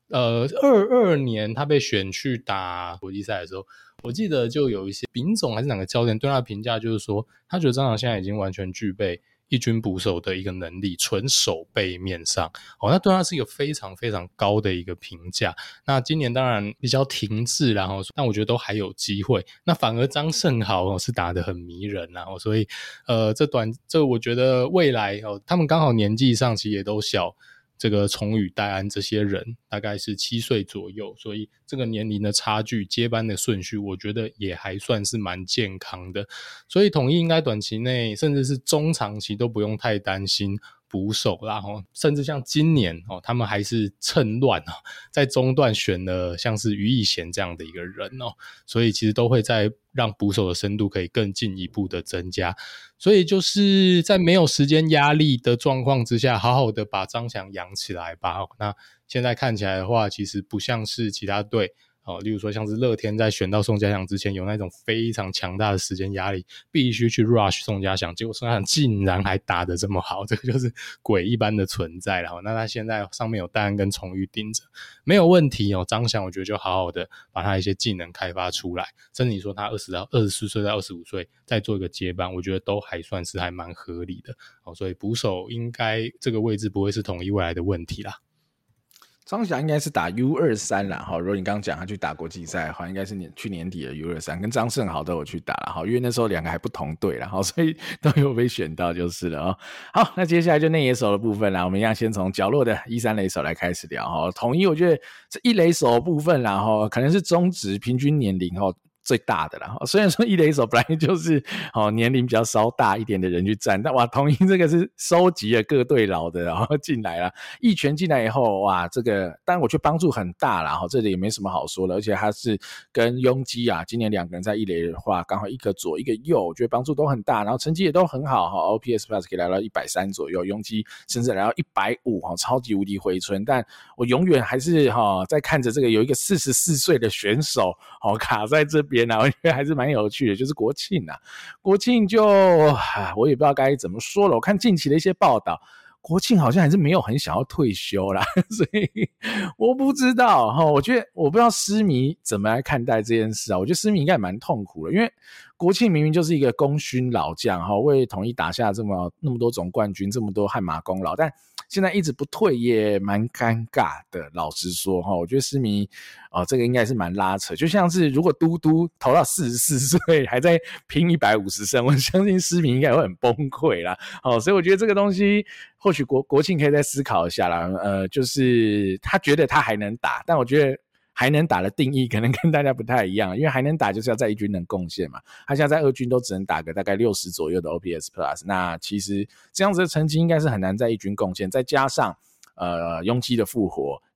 22年他被选去打国际赛的时候，我记得就有一些丙总还是哪个教练对他的评价就是说，他觉得张翔现在已经完全具备一军捕手的一个能力，纯守备面上那对他是一个非常非常高的一个评价。那今年当然比较停滞啦但我觉得都还有机会。那反而张胜豪是打得很迷人所以这我觉得未来他们刚好年纪上其实也都小，这个崇宇、岱安这些人大概是7岁左右，所以这个年龄的差距，接班的顺序我觉得也还算是蛮健康的。所以统一应该短期内甚至是中长期都不用太担心捕手啦甚至像今年他们还是趁乱在中段选了像是于义贤这样的一个人所以其实都会在让捕手的深度可以更进一步的增加。所以就是在没有时间压力的状况之下，好好的把张翔养起来吧那现在看起来的话，其实不像是其他队例如说像是乐天在选到宋家祥之前有那种非常强大的时间压力，必须去 rush 宋家祥，结果宋家祥竟然还打得这么好，这个就是鬼一般的存在了那他现在上面有岱安跟崇宇盯着没有问题张翔我觉得就好好的把他一些技能开发出来，甚至你说他24岁到25岁再做一个接班，我觉得都还算是还蛮合理的所以捕手应该这个位置不会是统一未来的问题啦。 张翔应该是打 U23 啦如果你刚刚讲他去打国际赛的话，应该是去年底的 U23， 跟张胜豪都有去打啦因为那时候两个还不同队啦所以都有被选到就是了好，那接下来就内野手的部分啦，我们一样先从角落的1、3垒手来开始聊统一我觉得这一垒手的部分啦可能是中职平均年龄最大的啦，虽然说一垒手本来就是年龄比较稍大一点的人去站，但哇，统一这个是收集了各队老的，然后进来了，一拳进来以后，哇，这个当然我觉得帮助很大啦，这里也没什么好说的，而且他是跟雍基啊，今年2个人在一垒的话，刚好一个左一个右，我觉得帮助都很大，然后成绩也都很好，OPS Plus 可以来到130左右，雍基甚至来到150，超级无敌回春，但我永远还是在看着这个有一个44岁的选手卡在这边。我觉得还是蛮有趣的，就是国庆国庆就我也不知道该怎么说了，我看近期的一些报道，国庆好像还是没有很想要退休啦，所以我不知道我觉得我不知道狮迷怎么来看待这件事我觉得狮迷应该也蛮痛苦的，因为国庆明明就是一个功勋老将为统一打下那么多总冠军，这么多汗马功劳，但现在一直不退也蛮尴尬的，老实说我觉得狮迷这个应该是蛮拉扯，就像是如果嘟嘟投到44岁还在拼150胜，我相信狮迷应该会很崩溃啦所以我觉得这个东西或许国庆可以再思考一下啦就是他觉得他还能打，但我觉得还能打的定义可能跟大家不太一样，因为还能打就是要在一军能贡献嘛，他现在在二军都只能打个大概60左右的 OPS Plus， 那其实这样子的成绩应该是很难在一军贡献，再加上雍基的复活，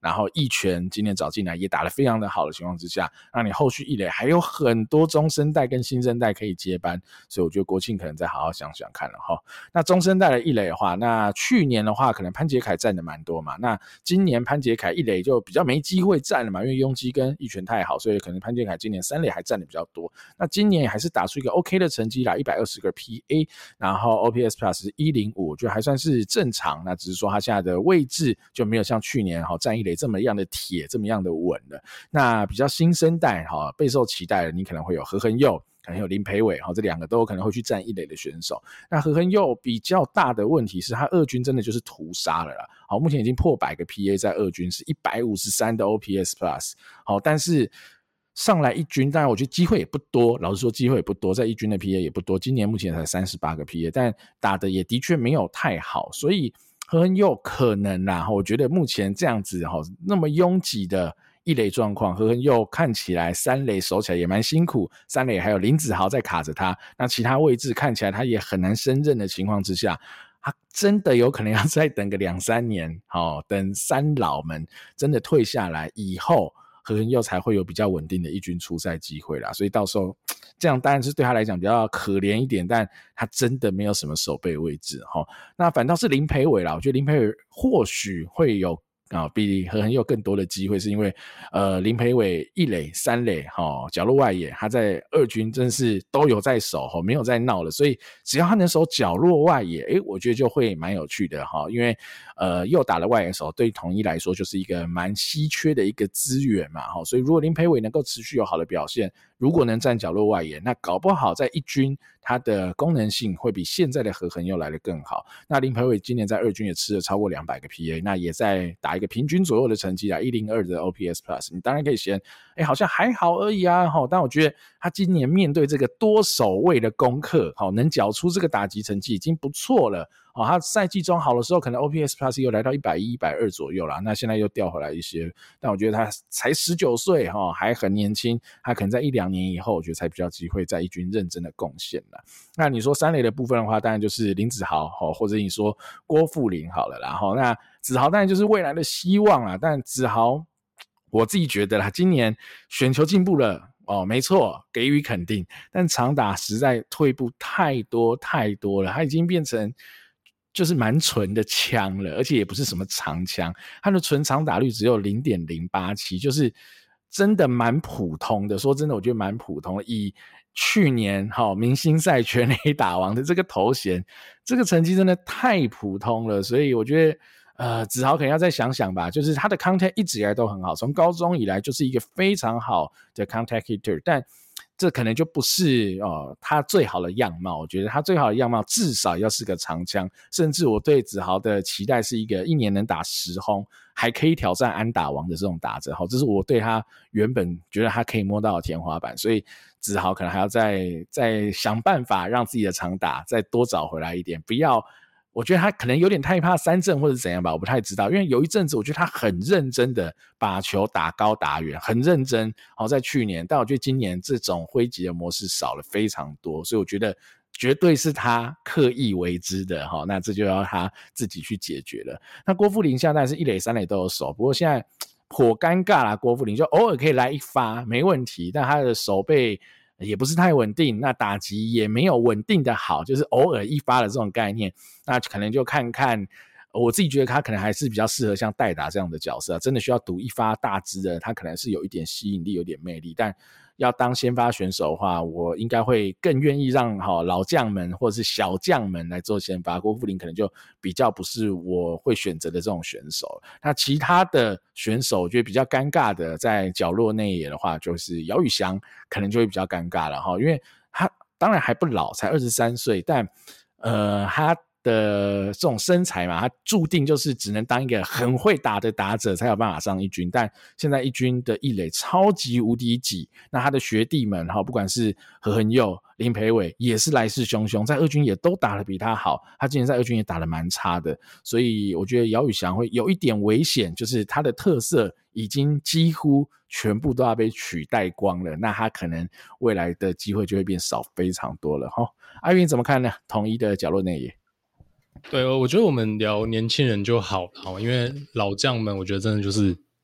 然后一拳今年找进来也打得非常的好的情况之下，让你后续一垒还有很多中生代跟新生代可以接班，所以我觉得国庆可能再好好想想看了齁。那中生代的一垒的话，那去年的话可能潘杰凯占的蛮多嘛，那今年潘杰凯一垒就比较没机会占了嘛，因为雍基跟一拳太好，所以可能潘杰凯今年三垒还占的比较多。那今年还是打出一个 OK 的成绩啦，120个 PA， 然后 OPS Plus 是105，我觉得还算是正常。那只是说他现在的位置就没有像去年站一垒这么样的铁，这么样的稳了。那比较新生代备受期待的，你可能会有何恒佑，可能有林培伟，这两个都有可能会去站一垒的选手。那何恒佑比较大的问题是他二军真的就是屠杀了啦，目前已经破100个 PA 在二军，是153的 OPS Plus， 但是上来一军，当然我觉得机会也不多，老实说机会也不多，在一军的 PA 也不多，今年目前才38个 PA， 但打的也的确没有太好，所以何恒佑可能啦，我觉得目前这样子那么拥挤的一垒状况，何恒佑看起来三垒守起来也蛮辛苦，三垒还有林子豪在卡着他，那其他位置看起来他也很难胜任的情况之下，他真的有可能要再等个2-3年，等三老们真的退下来以后，何恒佑才会有比较稳定的一军出赛机会啦，所以到时候这样当然是对他来讲比较可怜一点，但他真的没有什么守备位置。那反倒是林培伟啦，我觉得林培伟或许会有比何恒佑更多的机会，是因为林培伟一垒三垒角落外野，他在二军真是都有在守，没有在闹了，所以只要他能守角落外野，我觉得就会蛮有趣的，因为右打的外野手对统一来说就是一个蛮稀缺的一个资源嘛，所以如果林培伟能够持续有好的表现，如果能站角落外野，那搞不好在一军它的功能性会比现在的何恒佑来得更好。那林培伟今年在二军也吃了超过200个 PA， 那也在打一个平均左右的成绩啦，102的 OPS Plus， 你当然可以嫌好像还好而已啊，但我觉得他今年面对这个多守卫的功课，能缴出这个打击成绩已经不错了。他赛季中好的时候可能 OPS Plus 又来到110、120左右啦，那现在又掉回来一些，但我觉得他才19岁还很年轻，他可能在1-2年以后我觉得才比较机会在一军认真的贡献啦。那你说三垒的部分的话，当然就是林子豪或者你说郭富林好了啦，那子豪当然就是未来的希望啦，但子豪我自己觉得啦，今年选球进步了没错，给予肯定，但长打实在退步太多太多了，他已经变成就是蛮纯的枪了，而且也不是什么长枪，他的纯长打率只有 0.087， 就是真的蛮普通的，说真的我觉得蛮普通的，以去年明星赛全垒打王的这个头衔，这个成绩真的太普通了，所以我觉得子豪可能要再想想吧，就是他的 contact 一直以来都很好，从高中以来就是一个非常好的 contact hitter， 但这可能就不是他最好的样貌，我觉得他最好的样貌至少要是个长枪，甚至我对子豪的期待是一个一年能打10轰还可以挑战安打王的这种打者，这是我对他原本觉得他可以摸到的天花板，所以子豪可能还要再想办法让自己的长打再多找回来一点，不要我觉得他可能有点太怕三振或者怎样吧，我不太知道，因为有一阵子我觉得他很认真的把球打高打远，很认真在去年，但我觉得今年这种挥击的模式少了非常多，所以我觉得绝对是他刻意为之的，那这就要他自己去解决了。那郭富林现在是一垒三垒都有守，不过现在颇尴尬啦，郭富林就偶尔可以来一发没问题，但他的守备也不是太稳定，那打击也没有稳定的好，就是偶尔一发的这种概念，那可能就看看，我自己觉得他可能还是比较适合像代打这样的角色，真的需要赌一发大支的，他可能是有一点吸引力有点魅力，但要当先发选手的话，我应该会更愿意让老将们或者是小将们来做先发，郭富林可能就比较不是我会选择的这种选手。那其他的选手我觉得比较尴尬的在角落内野的话，就是姚宇翔可能就会比较尴尬了，因为他当然还不老，才23岁，但他的这种身材嘛，他注定就是只能当一个很会打的打者才有办法上一军，但现在一军的一垒超级无敌挤，那他的学弟们不管是何恒佑、林培伟也是来势汹汹，在二军也都打得比他好，他今年在二军也打得蛮差的，所以我觉得姚宇翔会有一点危险，就是他的特色已经几乎全部都要被取代光了，那他可能未来的机会就会变少非常多了。阿云怎么看呢？统一的角落内野。 对，我觉得我们聊年轻人就好了，因为老将们我觉得真的就是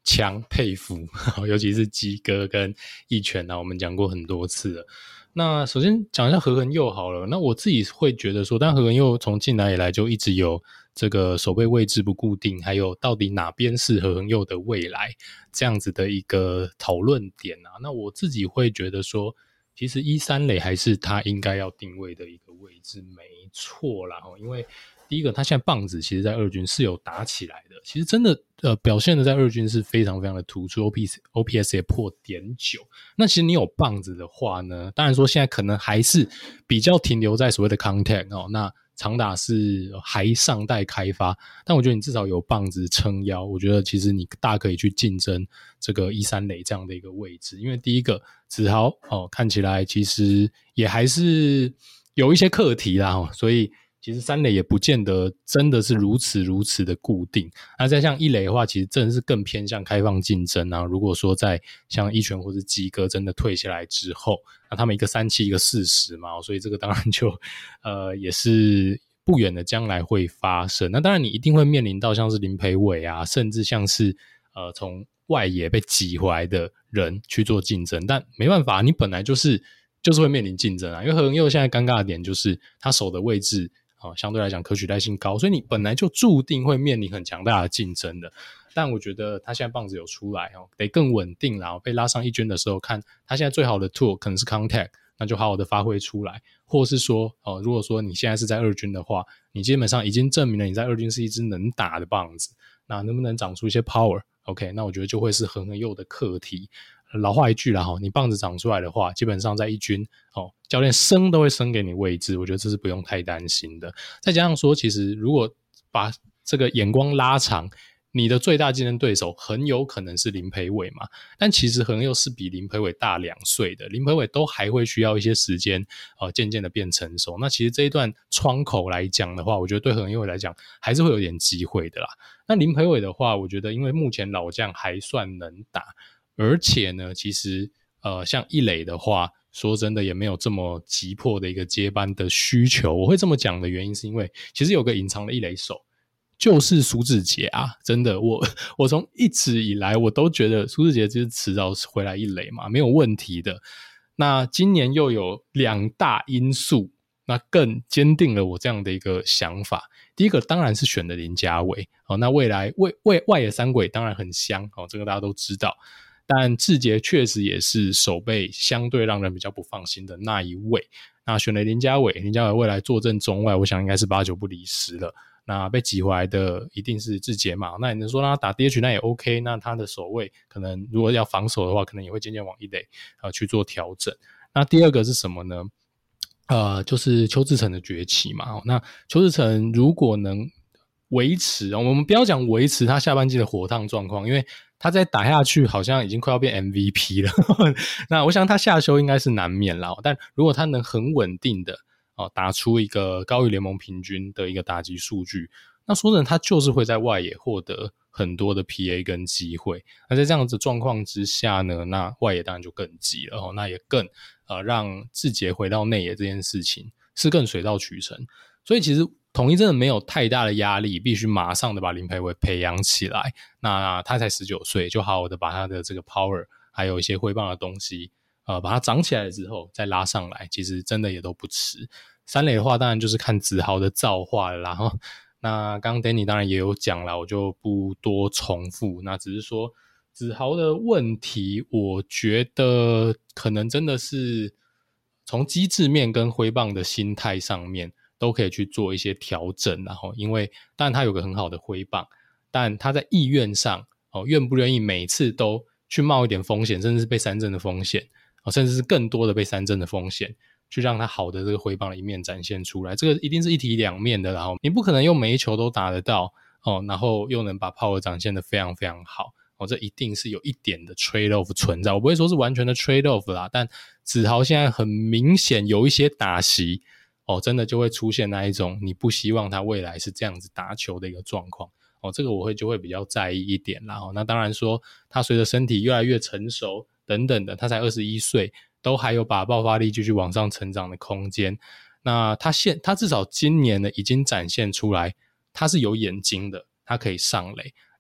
强佩服，尤其是基哥跟一拳啊，我们讲过很多次了。那首先讲一下何恒佑好了，那我自己会觉得说，但何恒佑从进来以来就一直有这个守备位置不固定，还有到底哪边是何恒佑的未来这样子的一个讨论点啊。那我自己会觉得说，其实1-3垒还是他应该要定位的一个位置，没错啦，因为第一个他现在棒子其实在二军是有打起来的，其实真的表现的在二军是非常非常的突出， OPS 也破.9。那其实你有棒子的话呢，当然说现在可能还是比较停留在所谓的 contact 那长打是还尚待开发，但我觉得你至少有棒子撑腰，我觉得其实你大可以去竞争这个1-3垒这样的一个位置。因为第一个子豪看起来其实也还是有一些课题啦，所以其实3垒也不见得真的是如此的固定。那再像1垒的话，其实真的是更偏向开放竞争啊。如果说在像一拳或是基哥真的退下来之后，那他们一个37一个40嘛，所以这个当然就也是不远的将来会发生。那当然你一定会面临到像是林培伟啊，甚至像是从外野被挤回来的人去做竞争，但没办法，你本来就是会面临竞争啊。因为何恒佑现在尴尬的点就是他守的位置相对来讲可取代性高，所以你本来就注定会面临很强大的竞争的。但我觉得他现在棒子有出来得更稳定啦，被拉上一军的时候看他现在最好的 tool 可能是 contact， 那就好好的发挥出来。或是说如果说你现在是在二军的话，你基本上已经证明了你在二军是一支能打的棒子，那能不能长出一些 power OK， 那我觉得就会是何恒佑的课题。老话一句啦，你棒子长出来的话，基本上在一军教练升都会升给你位置，我觉得这是不用太担心的。再加上说，其实如果把这个眼光拉长，你的最大竞争对手很有可能是林培伟嘛，但其实何恒佑是比林培伟大2岁的，林培伟都还会需要一些时间渐渐的变成熟。那其实这一段窗口来讲的话，我觉得对何恒佑来讲还是会有点机会的啦。那林培伟的话，我觉得因为目前老将还算能打，而且呢其实像一垒的话，说真的也没有这么急迫的一个接班的需求。我会这么讲的原因是因为其实有个隐藏的一垒手就是苏智杰啊，真的我从一直以来我都觉得苏智杰就是迟早回来一垒嘛，没有问题的。那今年又有2大因素，那更坚定了我这样的一个想法。第一个当然是选的林家伟那未来外野三轨当然很香这个大家都知道，但智杰确实也是守备相对让人比较不放心的那一位。那选了林家伟未来坐镇中外，我想应该是8-9不离10了。那被挤回来的一定是智杰嘛，那你能说让他打 DH 那也 OK， 那他的守卫可能如果要防守的话，可能也会渐渐往一垒去做调整。那第二个是什么呢？就是邱志成的崛起嘛。那邱志成如果能维持，我们不要讲维持他下半季的火烫状况，因为他再打下去好像已经快要变 MVP 了那我想他下修应该是难免啦，但如果他能很稳定的打出一个高于联盟平均的一个打击数据，那说真的他就是会在外野获得很多的 PA 跟机会。那在这样子状况之下呢，那外野当然就更急了那也更让智杰回到内野这件事情是更水到渠成。所以其实统一真的没有太大的压力，必须马上的把林培伟培养起来。那他才19岁，就好好的把他的这个 power 还有一些挥棒的东西把它长起来之后再拉上来，其实真的也都不迟。三垒的话当然就是看子豪的造化了啦那刚刚 Danny 当然也有讲啦，我就不多重复。那只是说子豪的问题，我觉得可能真的是从机制面跟挥棒的心态上面都可以去做一些调整，然后因为当然他有个很好的挥棒，但他在意愿上愿不愿意每次都去冒一点风险，甚至是被三振的风险甚至是更多的被三振的风险，去让他好的这个挥棒的一面展现出来。这个一定是一体两面的，然后你不可能用每一球都打得到然后又能把 power 展现得非常非常好这一定是有一点的 trade off 存在。我不会说是完全的 trade off 啦，但子豪现在很明显有一些打席真的就会出现那一种你不希望他未来是这样子打球的一个状况这个我就会比较在意一点啦那当然说他随着身体越来越成熟等等的，他才21岁，都还有把爆发力继续往上成长的空间。那他至少今年呢已经展现出来他是有眼睛的，他可以上垒。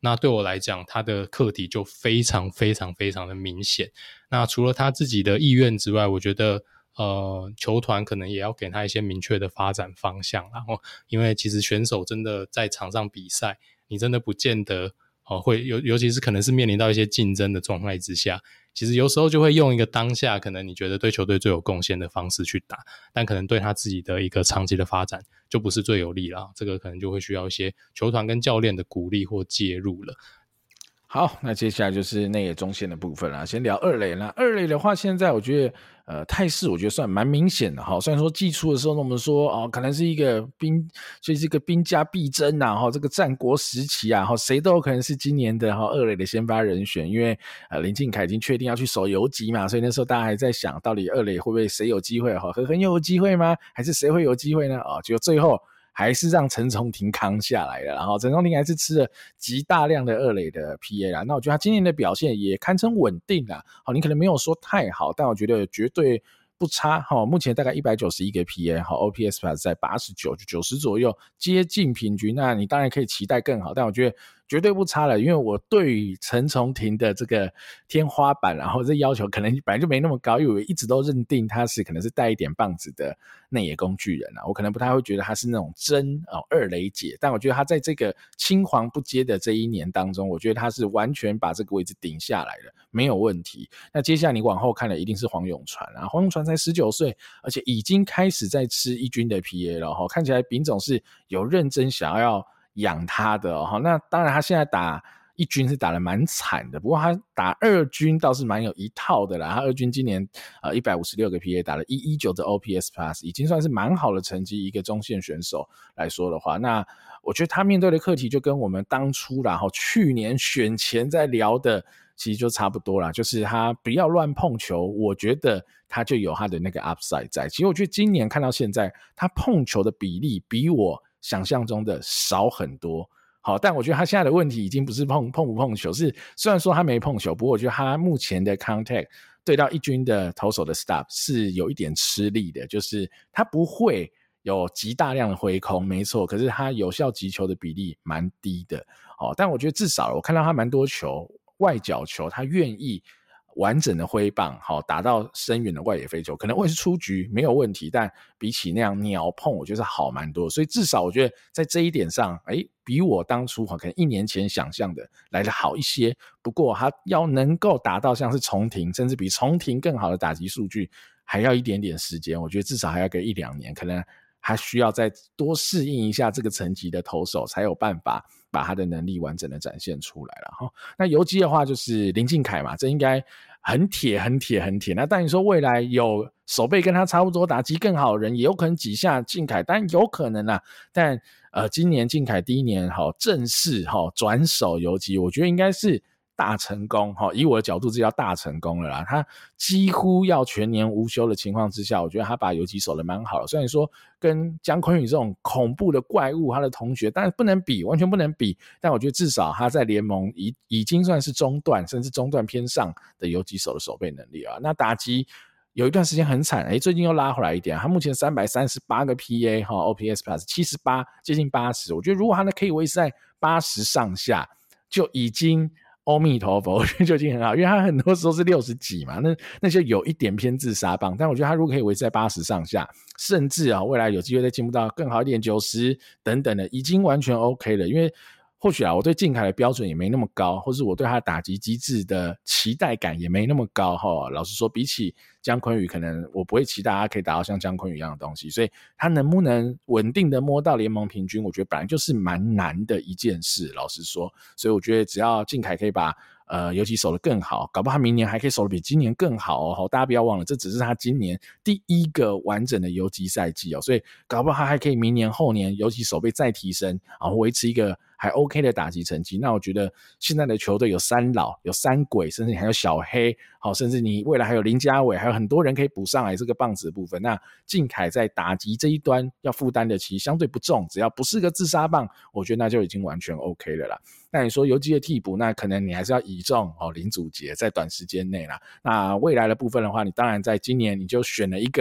那对我来讲，他的课题就非常非常非常的明显。那除了他自己的意愿之外，我觉得球团可能也要给他一些明确的发展方向，然后因为其实选手真的在场上比赛，你真的不见得会尤其是可能是面临到一些竞争的状态之下，其实有时候就会用一个当下可能你觉得对球队最有贡献的方式去打，但可能对他自己的一个长期的发展就不是最有利啦，这个可能就会需要一些球团跟教练的鼓励或介入了。 好，那接下来就是内野中线的部分啦。先聊二垒啦。二垒的话，现在我觉得态势我觉得算蛮明显的哈。虽然说季初的时候我们说可能是一个就是一个兵家必争啊这个战国时期啊谁都有可能是今年的二垒的先发人选，因为林靖凯已经确定要去守游击嘛，所以那时候大家还在想到底二垒会不会谁有机会何恒又有机会吗？还是谁会有机会呢？结果最后还是让陈重廷扛下来了，然后陈重廷还是吃了极大量的二垒的 PA 啦。那我觉得他今年的表现也堪称稳定啦。你可能没有说太好，但我觉得绝对不差。目前大概191个 PA， OPS Plus 在89 90左右，接近平均。那你当然可以期待更好，但我觉得绝对不差了，因为我对于陈重廷的这个天花板，然后这要求可能本来就没那么高，因为我一直都认定他是可能是带一点棒子的内野工具人我可能不太会觉得他是那种真二垒姐，但我觉得他在这个青黄不接的这一年当中，我觉得他是完全把这个位置顶下来了，没有问题。那接下来你往后看的一定是黄永传黄永传才19岁，而且已经开始在吃一军的 PA 了看起来丙总是有认真想要养他的那当然他现在打一军是打得蛮惨的，不过他打二军倒是蛮有一套的啦。他二军今年156个 PA 打了119的 OPS Plus， 已经算是蛮好的成绩，一个中线选手来说的话，那我觉得他面对的课题就跟我们当初啦去年选前在聊的其实就差不多啦，就是他不要乱碰球，我觉得他就有他的那个 upside 在。其实我觉得今年看到现在，他碰球的比例比我想象中的少很多。好，但我觉得他现在的问题已经不是碰不碰球，是虽然说他没碰球，不过我觉得他目前的 contact 对到一军的投手的 stop 是有一点吃力的，就是他不会有极大量的挥空，没错，可是他有效击球的比例蛮低的。但我觉得至少我看到他蛮多球外角球，他愿意完整的挥棒打到深远的外野飞球，可能会是出局没有问题，但比起那样鸟碰我觉得是好蛮多，所以至少我觉得在这一点上比我当初可能1年前想象的来得好一些。不过他要能够达到像是重庭甚至比重庭更好的打击数据还要一点点时间，我觉得至少还要个1-2年，可能还需要再多适应一下这个层级的投手，才有办法把他的能力完整的展现出来了。那游击的话就是林靖凯嘛，这应该很铁。那但你说未来有手背跟他差不多打击更好的人，也有可能挤下靖凯，但有可能啦。但今年靖凯第一年正式转手游击，我觉得应该是大成功，以我的角度这叫大成功了啦。他几乎要全年无休的情况之下，我觉得他把游击守得蛮好的。虽然说跟江坤宇这种恐怖的怪物他的同学当然不能比，完全不能比，但我觉得至少他在联盟已经算是中段甚至中段偏上的游击手的守备能力那打击有一段时间很惨最近又拉回来一点，他目前338个 PA OPS Plus 78接近80，我觉得如果他可以维持在80上下就已经阿弥陀佛，我觉得就已经很好，因为他很多时候是60几嘛，那就有一点偏自杀棒，但我觉得他如果可以维持在80上下，甚至未来有机会再进步到更好一点90等等的，已经完全 OK 了。因为或许我对靖凯的标准也没那么高，或是我对他的打击机制的期待感也没那么高老实说比起江坤宇，可能我不会期待他可以达到像江坤宇一样的东西，所以他能不能稳定的摸到联盟平均，我觉得本来就是蛮难的一件事，老实说。所以我觉得只要靖凯可以把游击守得更好，搞不好他明年还可以守得比今年更好大家不要忘了，这只是他今年第一个完整的游击赛季所以搞不好他还可以明年后年游击守备再提升维持一个还 OK 的打击成绩。那我觉得现在的球队有三老有三鬼，甚至你还有小黑甚至你未来还有林家伟，还有很多人可以补上来这个棒子的部分。那靖凯在打击这一端要负担的其实相对不重，只要不是个自杀棒，我觉得那就已经完全 OK 了啦。那你说游击的替补，那可能你还是要倚重林祖杰在短时间内啦。那未来的部分的话，你当然在今年你就选了一个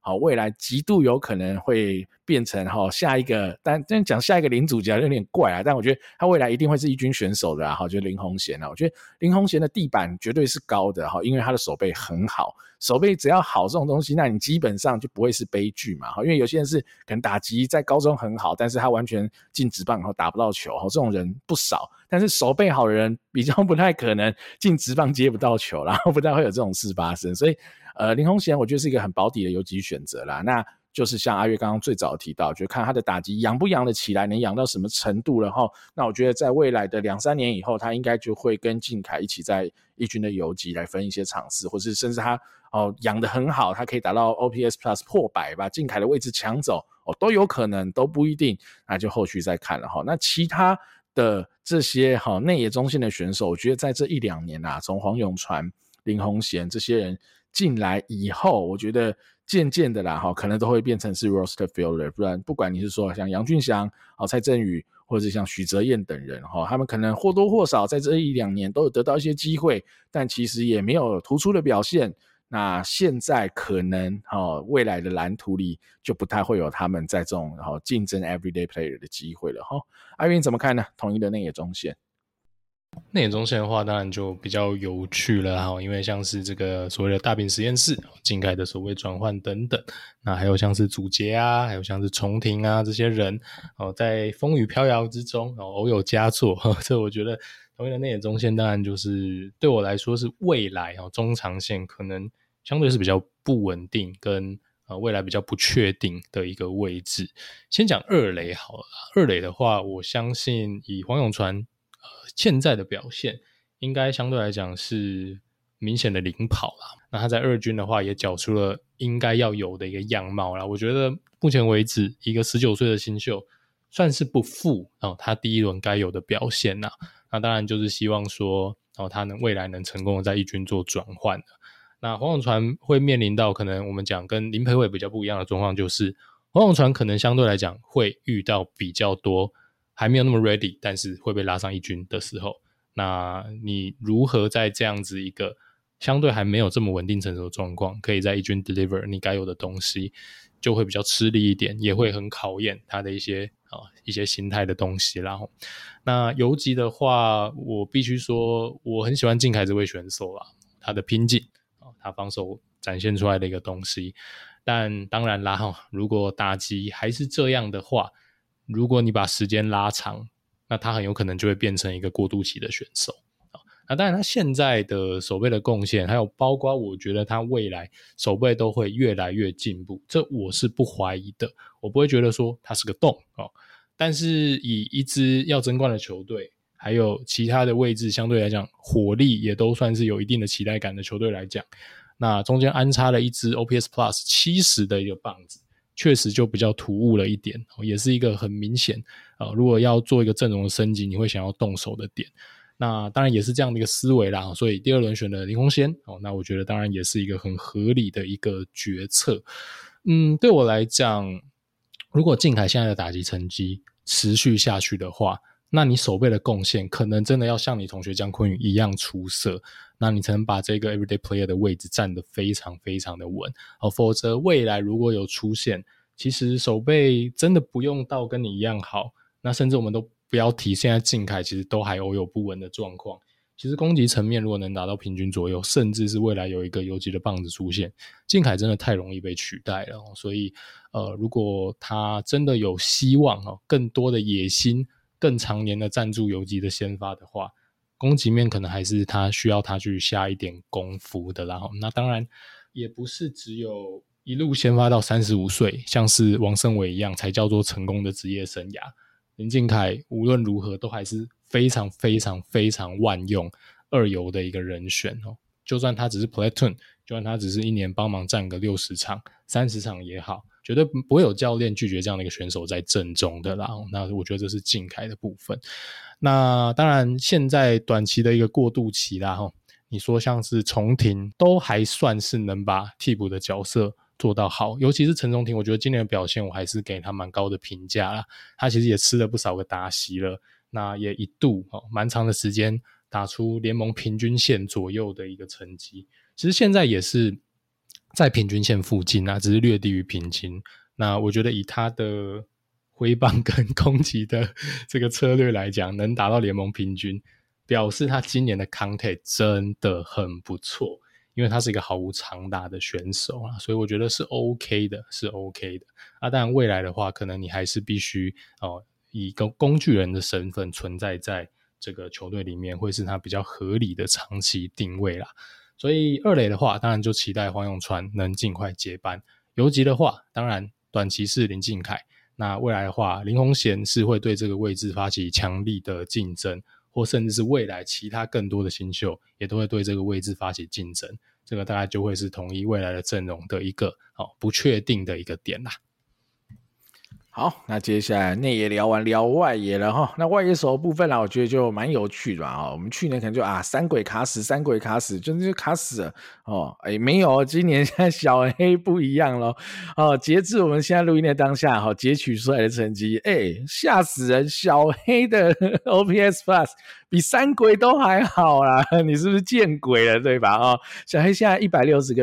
未来极度有可能会变成下一个，但讲下一个林主角有点怪啊，但我觉得他未来一定会是一军选手的啊，就是林鸿贤啊，我觉得林鸿贤的地板绝对是高的，因为他的手背很好，手背只要好这种东西，那你基本上就不会是悲剧嘛，因为有些人是可能打击在高中很好，但是他完全进职棒打不到球，这种人不少，但是手背好的人比较不太可能进职棒接不到球，然后不太会有这种事发生，所以林鸿贤我觉得是一个很保底的游击选择啦，那就是像阿月刚刚最早提到，就看他的打击养不养得起来，能养到什么程度了齁。那我觉得在未来的2-3年以后，他应该就会跟靖凯一起在一军的游击来分一些场次，或是甚至他养得很好，他可以达到 OPS Plus 破100，把靖凯的位置抢走都有可能，都不一定，那就后续再看了齁。那其他的这些内野中线的选手，我觉得在这1-2年啊，从黄永传、林鸿贤这些人进来以后，我觉得渐渐的啦，可能都会变成是 roster filler， 不然不管你是说像杨俊祥、蔡振宇，或者是像许哲彦等人，他们可能或多或少在这1-2年都有得到一些机会，但其实也没有突出的表现。那现在可能未来的蓝图里就不太会有他们在这种竞争 everyday player 的机会了。阿云怎么看呢？统一的内野中线。 内野中线的话当然就比较有趣了，因为像是这个所谓的大饼实验室、靖凯的所谓转换等等，那还有像是祖杰啊，还有像是重庭啊，这些人在风雨飘摇之中偶有佳作，这我觉得统一的内野中线当然就是对我来说是未来中长线可能相对是比较不稳定跟未来比较不确定的一个位置。先讲二垒好了啦，二垒的话我相信以黄永传现在的表现应该相对来讲是明显的领跑啦，那他在二军的话也缴出了应该要有的一个样貌啦，我觉得目前为止一个19岁的新秀算是不负他第一轮该有的表现啦，那当然就是希望说他未来能成功的在一军做转换。那黄永传会面临到可能我们讲跟林培伟比较不一样的状况，就是黄永传可能相对来讲会遇到比较多还没有那么 ready 但是会被拉上一军的时候，那你如何在这样子一个相对还没有这么稳定成熟的状况可以在一军 deliver 你该有的东西，就会比较吃力一点，也会很考验他的一些心态的东西啦。那游击的话我必须说我很喜欢靖凯这位选手啦，他的拼劲他防守展现出来的一个东西，但当然啦如果打击还是这样的话，如果你把时间拉长，那他很有可能就会变成一个过渡期的选手。那当然他现在的守备的贡献还有包括我觉得他未来守备都会越来越进步，这我是不怀疑的，我不会觉得说他是个洞但是以一支要争冠的球队还有其他的位置相对来讲火力也都算是有一定的期待感的球队来讲，那中间安插了一支 OPS Plus 70的一个棒子，确实就比较突兀了一点，也是一个很明显如果要做一个阵容的升级你会想要动手的点。那当然也是这样的一个思维啦，所以第二轮选了林鸿贤那我觉得当然也是一个很合理的一个决策。对我来讲，如果靖凯现在的打击成绩持续下去的话，那你守备的贡献可能真的要像你同学江坤宇一样出色，那你才能把这个 everyday player 的位置站得非常非常的稳否则未来如果有出现其实守备真的不用到跟你一样好，那甚至我们都不要提现在靖凯其实都还偶有不稳的状况，其实攻击层面如果能达到平均左右，甚至是未来有一个游击的棒子出现，靖凯真的太容易被取代了所以如果他真的有希望更多的野心更长年的赞助游击的先发的话，攻击面可能还是他需要他去下一点功夫的啦。那当然也不是只有一路先发到35岁像是王胜伟一样才叫做成功的职业生涯，林靖凯无论如何都还是非常非常非常万用二游的一个人选就算他只是 platoon， 就算他只是一年帮忙站个60场30场也好，绝对不会有教练拒绝这样的一个选手在阵中的啦。那我觉得这是靖凯的部分。那当然现在短期的一个过渡期啦你说像是重庭都还算是能把替补的角色做到好，尤其是陈重庭我觉得今年的表现我还是给他蛮高的评价啦，他其实也吃了不少个打席了，那也一度蛮长的时间打出联盟平均线左右的一个成绩，其实现在也是在平均线附近啊，只是略低于平均。那我觉得以他的挥棒跟攻击的这个策略来讲，能达到联盟平均，表示他今年的 contact 真的很不错，因为他是一个毫无长打的选手啊，所以我觉得是 OK 的，是 OK 的啊。当然未来的话，可能你还是必须以工具人的身份存在在这个球队里面，会是他比较合理的长期定位啦。所以二垒的话，当然就期待黄永传能尽快接班。游击的话，当然短期是林靖凯，那未来的话，林鸿贤是会对这个位置发起强力的竞争，或甚至是未来其他更多的新秀也都会对这个位置发起竞争。这个大概就会是统一未来的阵容的一个不确定的一个点啦。 好，那接下来内野聊完，聊外野了哈。那外野手的部分啦，我觉得就蛮有趣的吧。我们去年可能就三鬼卡死，就卡死了哦。没有，今年现在小黑不一样咯哦。截至我们现在录音的当下，截取出来的成绩，吓死人！小黑的 OPS Plus 比三鬼都还好啦，你是不是见鬼了，对吧？小黑现在160个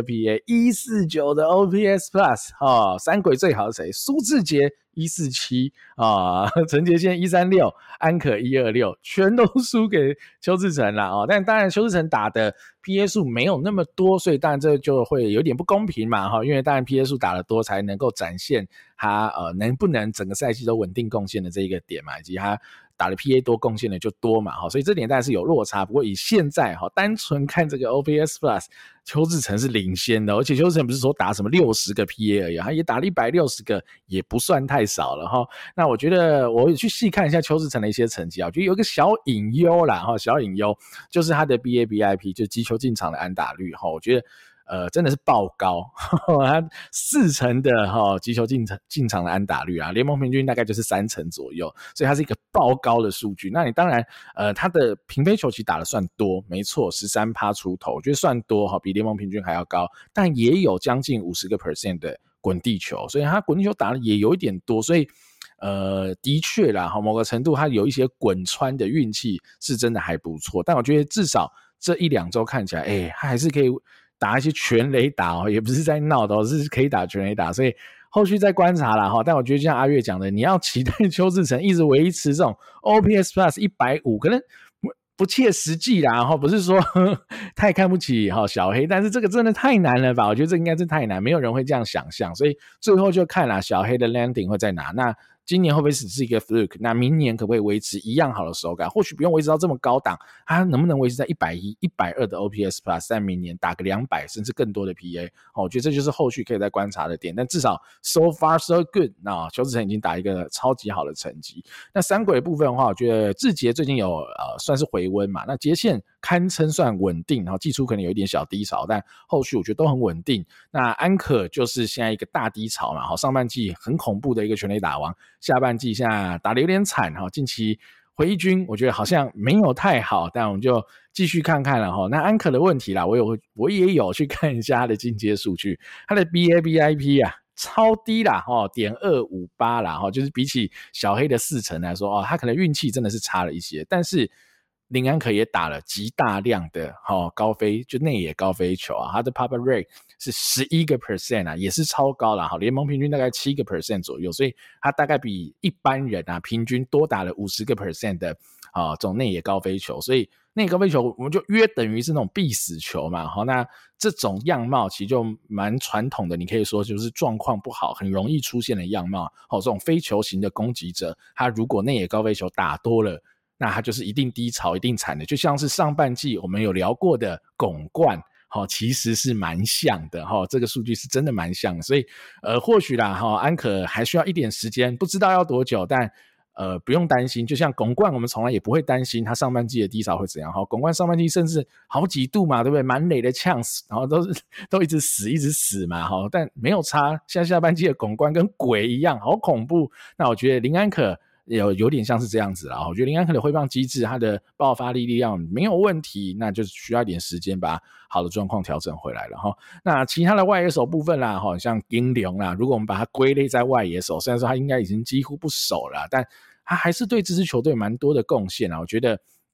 PA，149的 OPS Plus 三鬼最好是谁？苏智杰147陈杰宪136，安可126，全都输给邱志成啦但当然邱志成打的 PA 数没有那么多，所以当然这就会有点不公平嘛因为当然 PA 数打得多才能够展现他能不能整个赛季都稳定贡献的这一个点嘛，以及他打的 PA 多贡献的就多嘛所以这点当然是有落差。不过以现在单纯看这个 OPS Plus， 邱志成是领先的，而且邱志成不是说打什么60个 PA 而已，他也打了160个，也不算太少了那我觉得我也去细看一下邱志成的一些成绩我觉得有一个小隐忧啦小隐忧就是他的 BABIP 就击球进场的安打率我觉得真的是爆高他40%的击球进场的安打率联盟平均大概就是30%左右，所以它是一个爆高的数据。那你当然他的平飞球其实打得算多，没错 13% 出头，我觉得算多比联盟平均还要高，但也有将近50% 的滚地球，所以他滚地球打的也有一点多，所以的确啦某个程度他有一些滚穿的运气是真的还不错，但我觉得至少这1-2周看起来他还是可以打一些全垒打也不是在闹的是可以打全垒打，所以后续再观察啦但我觉得像阿月讲的，你要期待邱志成一直维持这种 OPS Plus 150，可能不切实际啦不是说太看不起小黑，但是这个真的太难了吧，我觉得这应该是太难，没有人会这样想象，所以最后就看啦小黑的 landing 会在哪，那今年会不会只是一个 fluke， 那明年可不可以维持一样好的手感，或许不用维持到这么高档，他能不能维持在110、120的 OPS Plus， 在明年打个200甚至更多的 PA， 我觉得这就是后续可以再观察的点，但至少 so far so good， 那邱志成已经打一个超级好的成绩。那三鬼的部分的话，我觉得志杰最近有算是回温嘛，那杰宪堪称算稳定，季初可能有一点小低潮，但后续我觉得都很稳定。那安可就是现在一个大低潮嘛，上半季很恐怖的一个全垒打王，下半季现在打得有点惨近期回一军我觉得好像没有太好，但我们就继续看看了那安可的问题啦，我也有去看一下他的进阶数据，他的 BABIP 超低啦0.258啦就是比起小黑的40%来说他可能运气真的是差了一些，但是林安可也打了极大量的高飞，就内野高飞球他的 pop rate 是11%也是超高啦联盟平均大概7% 左右，所以他大概比一般人平均多打了50% 的这种内野高飞球，所以内野高飞球我们就约等于是那种必死球嘛那这种样貌其实就蛮传统的，你可以说就是状况不好很容易出现的样貌这种飞球型的攻击者，他如果内野高飞球打多了，那他就是一定低潮一定惨的，就像是上半季我们有聊过的巩冠其实是蛮像的这个数据是真的蛮像的，所以或许啦安可还需要一点时间，不知道要多久，但不用担心，就像巩冠我们从来也不会担心他上半季的低潮会怎样巩冠上半季甚至好几度嘛，对不对？满垒的呛死，然后都一直死嘛但没有差，下半季的巩冠跟鬼一样好恐怖。那我觉得林安可有点像是这样子啦，我觉得林安可的挥棒机制他的爆发力量没有问题，那就需要一点时间把好的状况调整回来了那其他的外野手部分啦像金龙啦，如果我们把它归类在外野手，虽然说他应该已经几乎不守了，但他还是对这支球队蛮多的贡献我觉得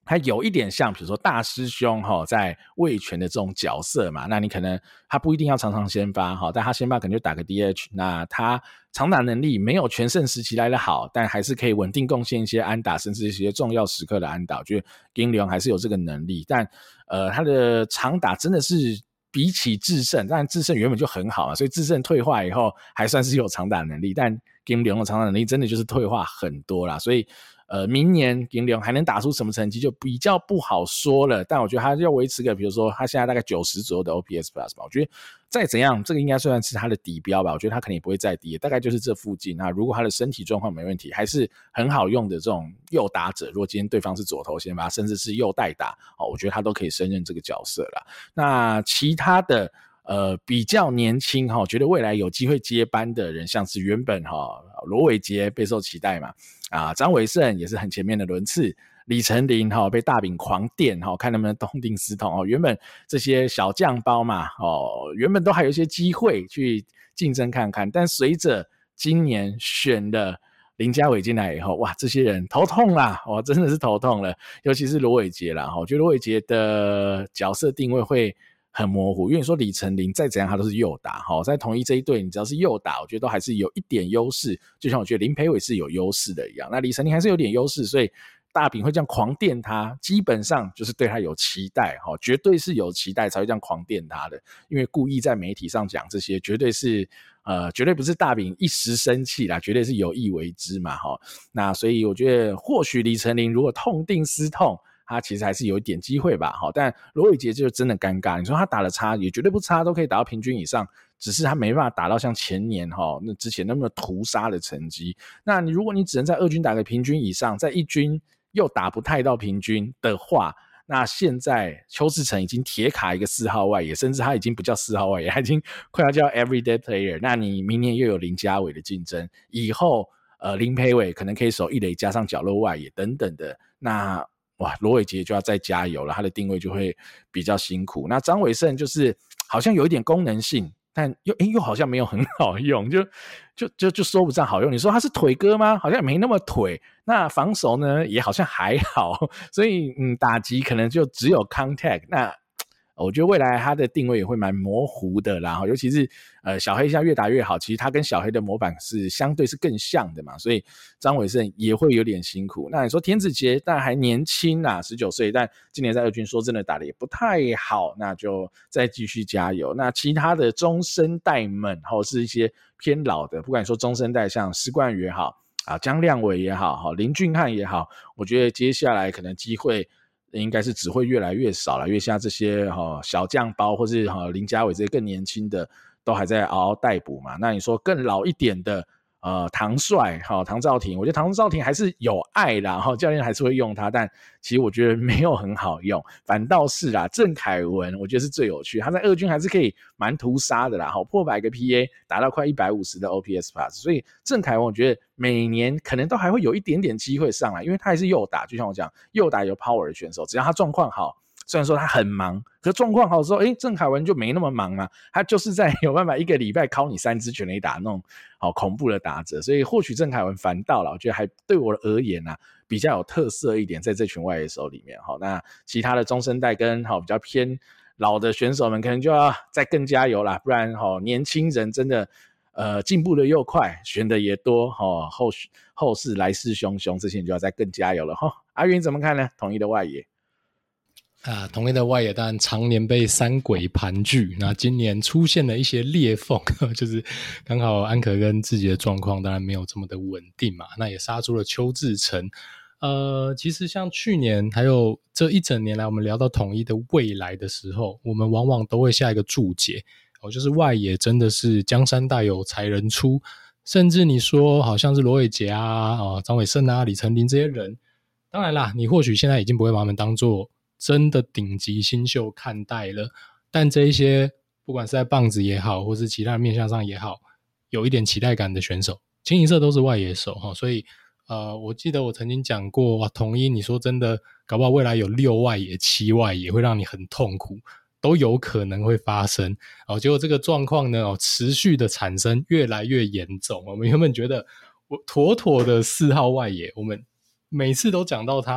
他有一点像比如说大师兄在味全的这种角色嘛，那你可能他不一定要常常先发但他先发可能就打个 DH， 那他长打能力没有全盛时期来的好，但还是可以稳定贡献一些安打，甚至一些重要时刻的安打，我觉得金龙还是有这个能力，但他的长打真的是比起智胜，当然智胜原本就很好嘛，所以智胜退化以后还算是有长打能力，但金龙的长打能力真的就是退化很多啦，所以明年金龙还能打出什么成绩就比较不好说了，但我觉得他要维持个比如说他现在大概90左右的 OPS Plus 吧，我觉得再怎样这个应该算是他的底标吧，我觉得他肯定也不会再低，大概就是这附近，那如果他的身体状况没问题，还是很好用的这种右打者，如果今天对方是左投先发甚至是右代打我觉得他都可以胜任这个角色啦。那其他的比较年轻觉得未来有机会接班的人，像是原本罗伟杰备受期待嘛，张伟胜也是很前面的轮次，李成林被大饼狂电看能不能痛定思痛原本这些小将包嘛原本都还有一些机会去竞争看看，但随着今年选了林家伟进来以后，哇，这些人头痛啦，真的是头痛了，尤其是罗伟杰啦，我觉得罗伟杰的角色定位会很模糊，因为你说李成林再怎样他都是右打在统一这一队你只要是右打我觉得都还是有一点优势，就像我觉得林培伟是有优势的一样，那李成林还是有点优势，所以大饼会这样狂电他基本上就是对他有期待绝对是有期待才会这样狂电他的，因为故意在媒体上讲这些绝对是绝对不是大饼一时生气啦，绝对是有意为之嘛那所以我觉得或许李成林如果痛定思痛他其实还是有一点机会吧但罗伟杰就真的尴尬，你说他打得差也绝对不差，都可以打到平均以上，只是他没办法打到像前年那之前那么屠杀的成绩，那如果你只能在二军打个平均以上，在一军又打不太到平均的话，那现在邱志成已经铁卡一个4号外野，甚至他已经不叫4号外野，他已经快要叫 everyday player， 那你明年又有林家伟的竞争，以后林培伟可能可以守一垒加上角落外野等等的，那哇，罗伟杰就要再加油了，他的定位就会比较辛苦。那张伟胜就是好像有一点功能性，但又好像没有很好用，就说不上好用。你说他是腿哥吗？好像没那么腿。那防守呢，也好像还好，所以打击可能就只有 contact。那我觉得未来他的定位也会蛮模糊的啦，尤其是小黑现在越打越好，其实他跟小黑的模板是相对是更像的嘛，所以张伟胜也会有点辛苦。那你说田子杰但还年轻啦，19岁，但今年在二军说真的打得也不太好，那就再继续加油。那其他的中生代们或是一些偏老的，不管说中生代像施冠宇也好江亮伟也好林俊翰也好，我觉得接下来可能机会应该是只会越来越少了，因为像这些小将包或是林家伟这些更年轻的都还在嗷嗷待哺嘛。那你说更老一点的唐帅唐兆廷，我觉得唐兆廷还是有爱啦，教练还是会用他，但其实我觉得没有很好用，反倒是啦郑凯文我觉得是最有趣，他在二军还是可以蛮屠杀的啦，破100个 PA 达到快150的 OPS Plus， 所以郑凯文我觉得每年可能都还会有一点点机会上来，因为他还是右打，就像我讲右打有 power 的选手，只要他状况好，虽然说他很忙，可是状况好的时候郑凯文就没那么忙嘛，他就是在有办法一个礼拜敲你3支全垒打那种好恐怖的打者，所以或许郑凯文反倒了，我觉得还对我而言比较有特色一点，在这群外野手里面那其他的中生代跟比较偏老的选手们可能就要再更加油啦，不然年轻人真的进步的又快，选的也多后世来势汹汹，这些人就要再更加油了阿云怎么看呢？统一的外野统一的外野当然常年被三鬼盘踞，那今年出现了一些裂缝，就是刚好安可跟自己的状况当然没有这么的稳定嘛，那也杀出了邱志成。其实像去年还有这一整年来我们聊到统一的未来的时候，我们往往都会下一个注解就是外野真的是江山代有才人出，甚至你说好像是罗伟杰张伟胜李成林这些人，当然啦你或许现在已经不会把他们当作真的顶级新秀看待了，但这一些不管是在棒子也好或是其他的面向上也好有一点期待感的选手清一色都是外野手所以我记得我曾经讲过统一你说真的搞不好未来有6外野7外野会让你很痛苦，都有可能会发生结果这个状况呢持续的产生越来越严重，我们原本觉得妥妥的4号外野，我们每次都讲到他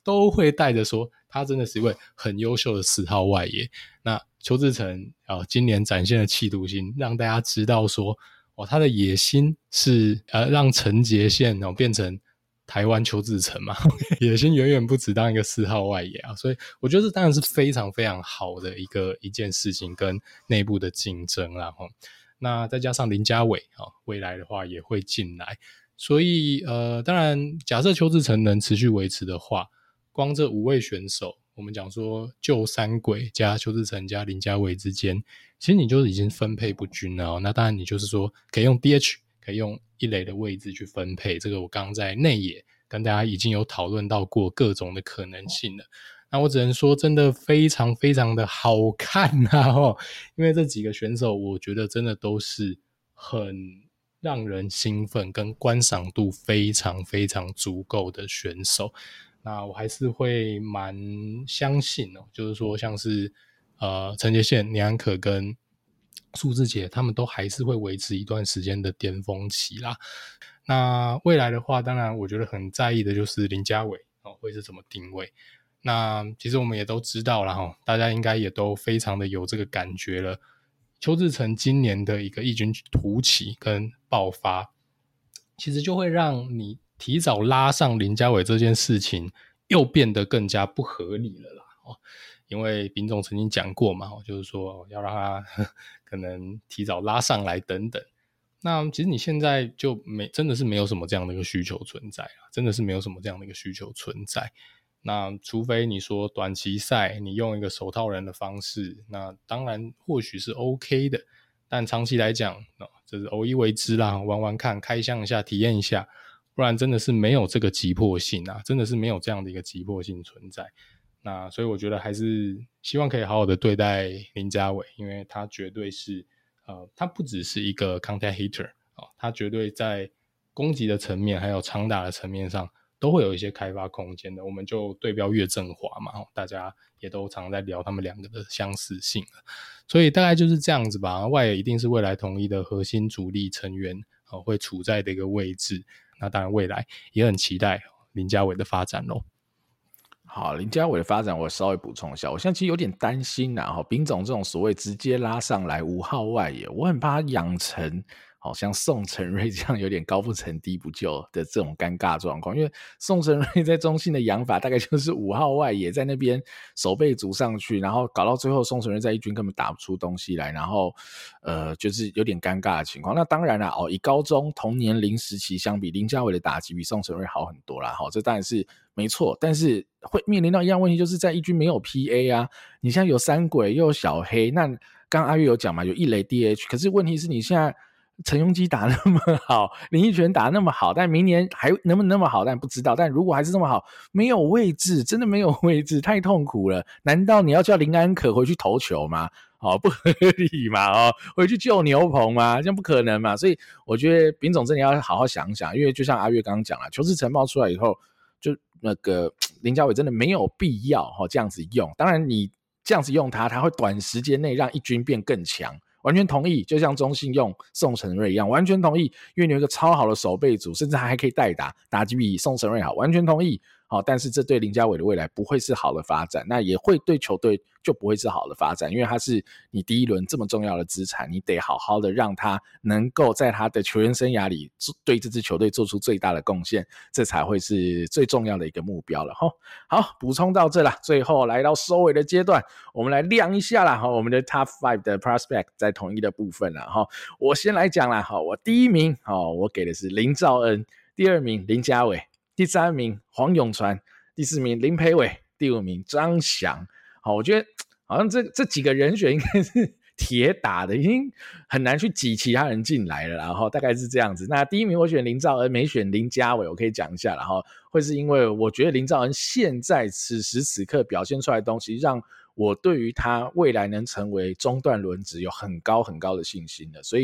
都会带着说他真的是一位很优秀的4号外野。那邱志成今年展现的企图心，让大家知道说他的野心是让陈杰宪变成台湾邱志成嘛，野心远远不止当一个4号外野所以我觉得这当然是非常非常好的一件事情跟内部的竞争啦。那再加上林家伟未来的话也会进来，所以当然假设邱志成能持续维持的话，光这5位选手，我们讲说旧三鬼加邱志成加林家伟之间，其实你就已经分配不均了那当然你就是说可以用 DH， 可以用一垒的位置去分配，这个我刚刚在内野跟大家已经有讨论到过各种的可能性了。那我只能说真的非常非常的好看因为这几个选手我觉得真的都是很让人兴奋跟观赏度非常非常足够的选手。那我还是会蛮相信就是说像是陈杰宪、倪安可跟苏智杰他们都还是会维持一段时间的巅峰期啦。那未来的话当然我觉得很在意的就是林家伟会是怎么定位。那其实我们也都知道啦大家应该也都非常的有这个感觉了，邱志成今年的一个异军突起跟爆发，其实就会让你提早拉上林家伟这件事情又变得更加不合理了啦因为丙总曾经讲过嘛就是说要让他可能提早拉上来等等。那其实你现在就真的是没有什么这样的一个需求存在真的是没有什么这样的一个需求存在。那除非你说短期赛你用一个手套人的方式，那当然或许是 OK 的，但长期来讲这是偶一为之啦，玩玩看，开箱一下，体验一下，不然真的是没有这个急迫性真的是没有这样的一个急迫性存在。那所以我觉得还是希望可以好好的对待林家伟，因为他绝对是他不只是一个 contact hitter他绝对在攻击的层面还有长打的层面上都会有一些开发空间的。我们就对标岳振华嘛大家也都常在聊他们两个的相似性了，所以大概就是这样子吧。外野一定是未来统一的核心主力成员会处在的一个位置，那当然未来也很期待林家伟的发展咯。 好，林家伟的发展我稍微补充一下，我现在其实有点担心丙总这种所谓直接拉上来5号外野，我很怕他养成好像宋承瑞这样有点高不成低不就的这种尴尬状况，因为宋承瑞在中信的养法大概就是5号外野在那边守备组上去，然后搞到最后宋承瑞在一军根本打不出东西来，然后就是有点尴尬的情况。那当然啦以高中同年龄时期相比，林家伟的打击比宋承瑞好很多啦这当然是没错，但是会面临到一样问题，就是在一军没有 PA 你现在有三鬼又有小黑，那刚刚阿月有讲嘛，有一垒 DH， 可是问题是你现在陈庸基打那么好，林益全打那么好，但明年还能不能那么好但不知道，但如果还是那么好，没有位置，真的没有位置，太痛苦了。难道你要叫林安可回去投球吗？不合理嘛回去救牛棚吗？这样不可能嘛。所以我觉得丙总真的要好好想想，因为就像阿月刚刚讲了，邱志成爆出来以后，就那个林家伟真的没有必要这样子用。当然你这样子用他会短时间内让一军变更强，完全同意，就像中信用宋承瑞一样，完全同意，因为你有一个超好的守备组，甚至还可以代打，打击比宋承瑞好，完全同意但是这对林家伟的未来不会是好的发展，那也会对球队就不会是好的发展，因为他是你第一轮这么重要的资产，你得好好的让他能够在他的球员生涯里对这支球队做出最大的贡献，这才会是最重要的一个目标了好，补充到这啦，最后来到收尾的阶段，我们来亮一下啦我们的 Top 5的 Prospect 在统一的部分啦我先来讲啦我第一名我给的是林兆恩，第二名林家伟，第三名黄永传，第四名林培伟，第五名张翔。我觉得好像这几个人选应该是铁打的，已经很难去挤其他人进来了，然后大概是这样子。那第一名我选林兆恩，没选林家伟，我可以讲一下，然后会是因为我觉得林兆恩现在此时此刻表现出来的东西，让我对于他未来能成为中段轮值有很高很高的信心的，所以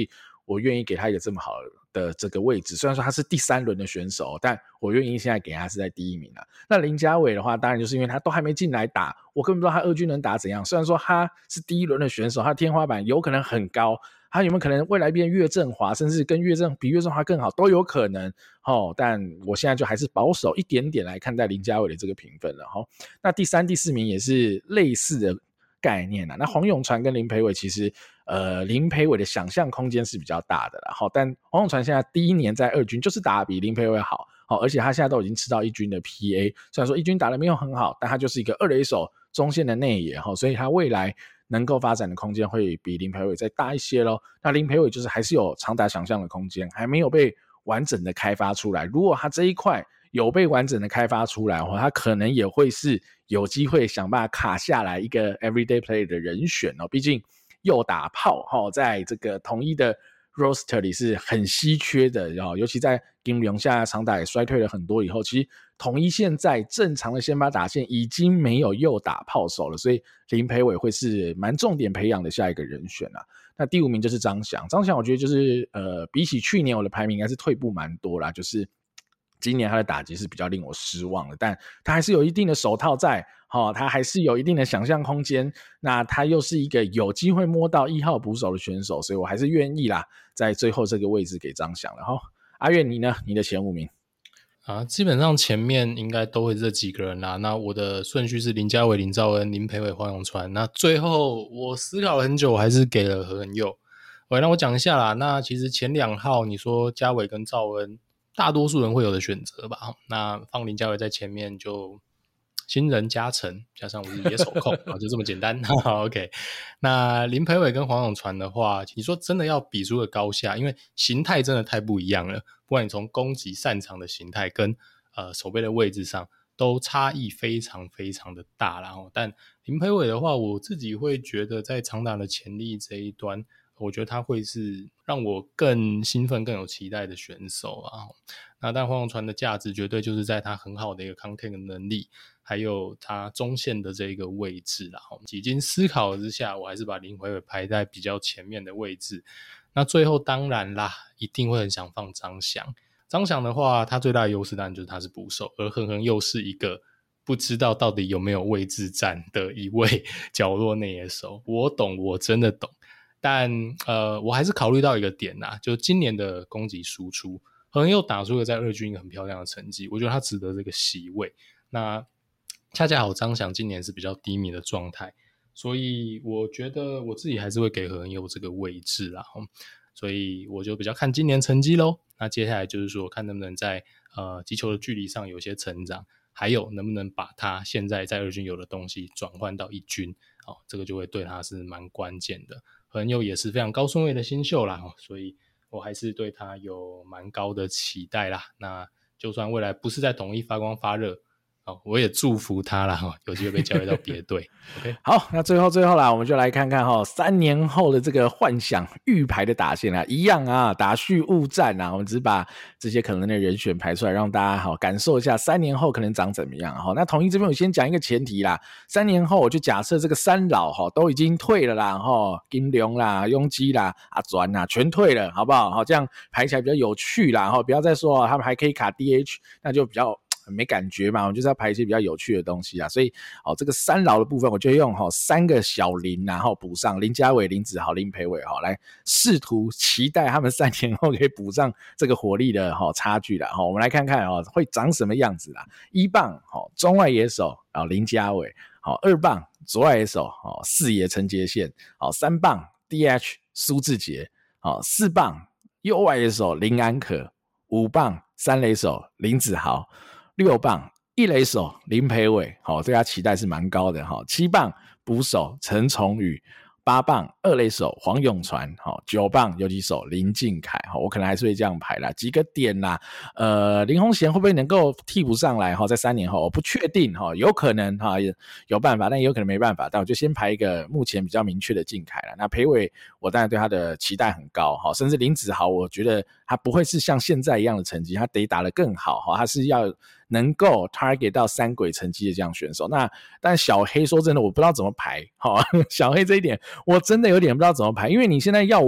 我愿意给他一个这么好的这个位置。虽然说他是第3轮的选手，但我愿意现在给他是在第1名啦。那林家伟的话，当然就是因为他都还没进来打，我根本不知道他二军能打怎样。虽然说他是第1轮的选手，他的天花板有可能很高，他有没有可能未来变岳振华，甚至跟比岳振华更好都有可能但我现在就还是保守一点点来看待林家伟的这个评分了那第3、第4名也是类似的概念那黄永传跟林培伟其实林培伟的想象空间是比较大的啦但黄永传现在第1年在二军就是打得比林培伟好而且他现在都已经吃到1军的 PA， 虽然说1军打得没有很好，但他就是一个2垒手中线的内野所以他未来能够发展的空间会比林培伟再大一些咯。那林培伟就是还是有长达想象的空间，还没有被完整的开发出来。如果他这一块有被完整的开发出来他可能也会是有机会想办法卡下来一个 everyday player 的人选毕竟右打炮在这个统一的 roster 里是很稀缺的尤其在金龙现在长打也衰退了很多以后，其实统一现在正常的先发打线已经没有右打炮手了，所以林培伟会是蛮重点培养的下一个人选那第5名就是张翔我觉得就是比起去年我的排名应该是退步蛮多啦，就是今年他的打击是比较令我失望的，但他还是有一定的手套在他还是有一定的想象空间，那他又是一个有机会摸到1号捕手的选手，所以我还是愿意啦在最后这个位置给张翔了阿月你呢？你的前5名基本上前面应该都会这几个人啦。那我的顺序是林家伟、林兆恩、林培伟、黄永传。那最后我思考了很久，我还是给了何恩佑。那我讲一下啦。那其实前2号你说家伟跟兆恩，大多数人会有的选择吧。那放林家伟在前面就新人加成，加上我是野手控就这么简单OK。 那林培伟跟黄永传的话，你说真的要比出个高下，因为形态真的太不一样了，不管你从攻击擅长的形态跟守备的位置上都差异非常非常的大啦但林培伟的话，我自己会觉得在长打的潜力这一端，我觉得他会是让我更兴奋更有期待的选手那但黄永传的价值绝对就是在他很好的一个 contact 的能力，还有他中线的这个位置啦几经思考之下，我还是把林培伟排在比较前面的位置。那最后当然啦，一定会很想放张翔。张翔的话，他最大的优势当然就是他是捕手，而恒恒又是一个不知道到底有没有位置战的一位角落内野手。我懂，我真的懂，但我还是考虑到一个点就今年的攻击输出，恒恒又打出了在二军一个很漂亮的成绩，我觉得他值得这个席位。那恰恰好张翔今年是比较低迷的状态，所以我觉得我自己还是会给何恩佑这个位置啦所以我就比较看今年成绩咯。那接下来就是说看能不能在击球的距离上有些成长，还有能不能把他现在在二军有的东西转换到一军这个就会对他是蛮关键的。何恩佑也是非常高顺位的新秀啦所以我还是对他有蛮高的期待啦。那就算未来不是在统一发光发热我也祝福他啦有机会被交易到别队OK， 好，那最后啦，我们就来看看3年后的这个幻想预排的打线一样打序勿战我们只是把这些可能的人选排出来，让大家感受一下3年后可能长怎么样那统一这边我先讲一个前提啦，3年后我就假设这个3老都已经退了啦金龙啦、雍基啦、阿转啦全退了，好不好这样排起来比较有趣啦不要再说他们还可以卡 DH， 那就比较没感觉嘛，我们就是要排一些比较有趣的东西所以这个3老的部分我就用3个小林然后补上林家伟、林子豪、林培伟来试图期待他们3年后可以补上这个火力的差距啦我们来看看会长什么样子啦。1棒中外野手林家伟2棒左外野手四野陈杰宪3棒 DH 苏智杰4棒右外野手林安可5棒三垒手林子豪6棒一垒手林培伟对他期待是蛮高的7棒捕手陈崇宇8棒二垒手黄永传9棒游击手林敬凯我可能还是会这样排啦，几个点啦林鸿贤会不会能够替补上来在3年后我不确定有可能有办法，但也有可能没办法，但我就先排一个目前比较明确的敬凯啦。那培伟我当然对他的期待很高甚至林子豪我觉得他不会是像现在一样的成绩，他得打得更好他是要能够 target 到3轨成绩的这样选手。那但小黑说真的我不知道怎么排小黑这一点我真的有点不知道怎么排，因为你现在要我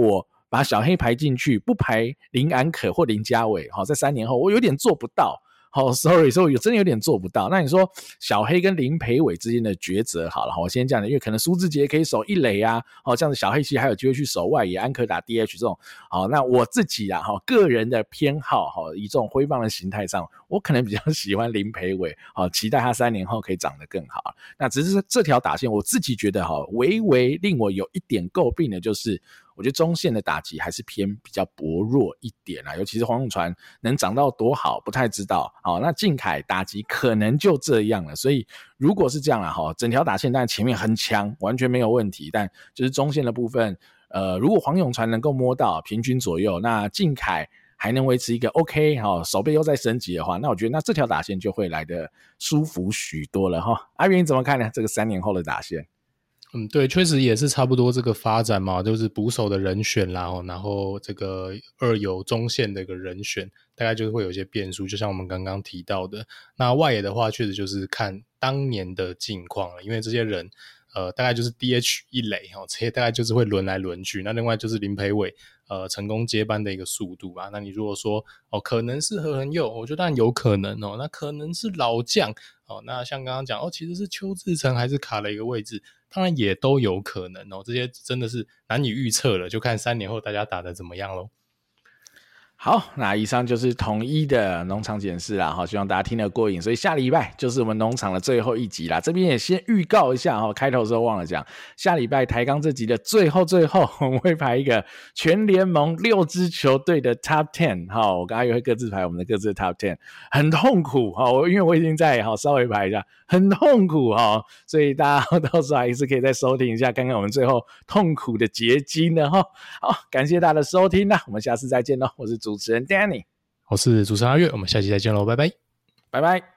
把小黑排进去，不排林安可或林家伟，在3年后我有点做不到。sorry， 所以我真的有点做不到。那你说小黑跟林培伟之间的抉择好了，我先这样的，因为可能苏志杰可以守一垒啊，这样子小黑其实还有机会去守外野，安可打 DH 这种。那我自己啊，个人的偏好，以这种挥棒的形态上，我可能比较喜欢林培伟，期待他3年后可以长得更好。那只是这条打线，我自己觉得微微令我有一点诟病的就是，我觉得中线的打击还是偏比较薄弱一点啦，尤其是黄永传能长到多好不太知道。那靖凯打击可能就这样了，所以如果是这样啦，整条打线当然前面很强，完全没有问题，但就是中线的部分，如果黄永传能够摸到平均左右，那靖凯还能维持一个 OK， 手背又再升级的话，那我觉得那这条打线就会来得舒服许多了哈。阿元你怎么看呢？这个3年后的打线？ 对，确实也是差不多这个发展嘛，就是捕手的人选啦，然后这个二游中线的一个人选，大概就是会有一些变数，就像我们刚刚提到的。那外野的话，确实就是看当年的境况了，因为这些人大概就是 DH 一垒这些大概就是会轮来轮去。那另外就是林培伟成功接班的一个速度吧。那你如果说可能是何恒佑，我觉得当然有可能那可能是老将那像刚刚讲其实是邱志成还是卡了一个位置，当然也都有可能这些真的是难以预测了，就看3年后大家打得怎么样咯。 好，那以上就是统一的农场检视啦，希望大家听得过瘾。所以下礼拜就是我们农场的最后一集啦，这边也先预告一下开头的时候忘了讲，下礼拜台钢这集的最后我们会排一个全联盟6支球队的 Top 10，我刚刚也会各自排我们的各自的 Top 10，很痛苦因为我已经在稍微排一下，很痛苦所以大家到时候还是可以再收听一下，看看我们最后痛苦的结晶呢好，感谢大家的收听啦，我们下次再见咯，我是主持人 Danny， 我是主持人阿月，我们下期再见咯，拜拜， 拜拜。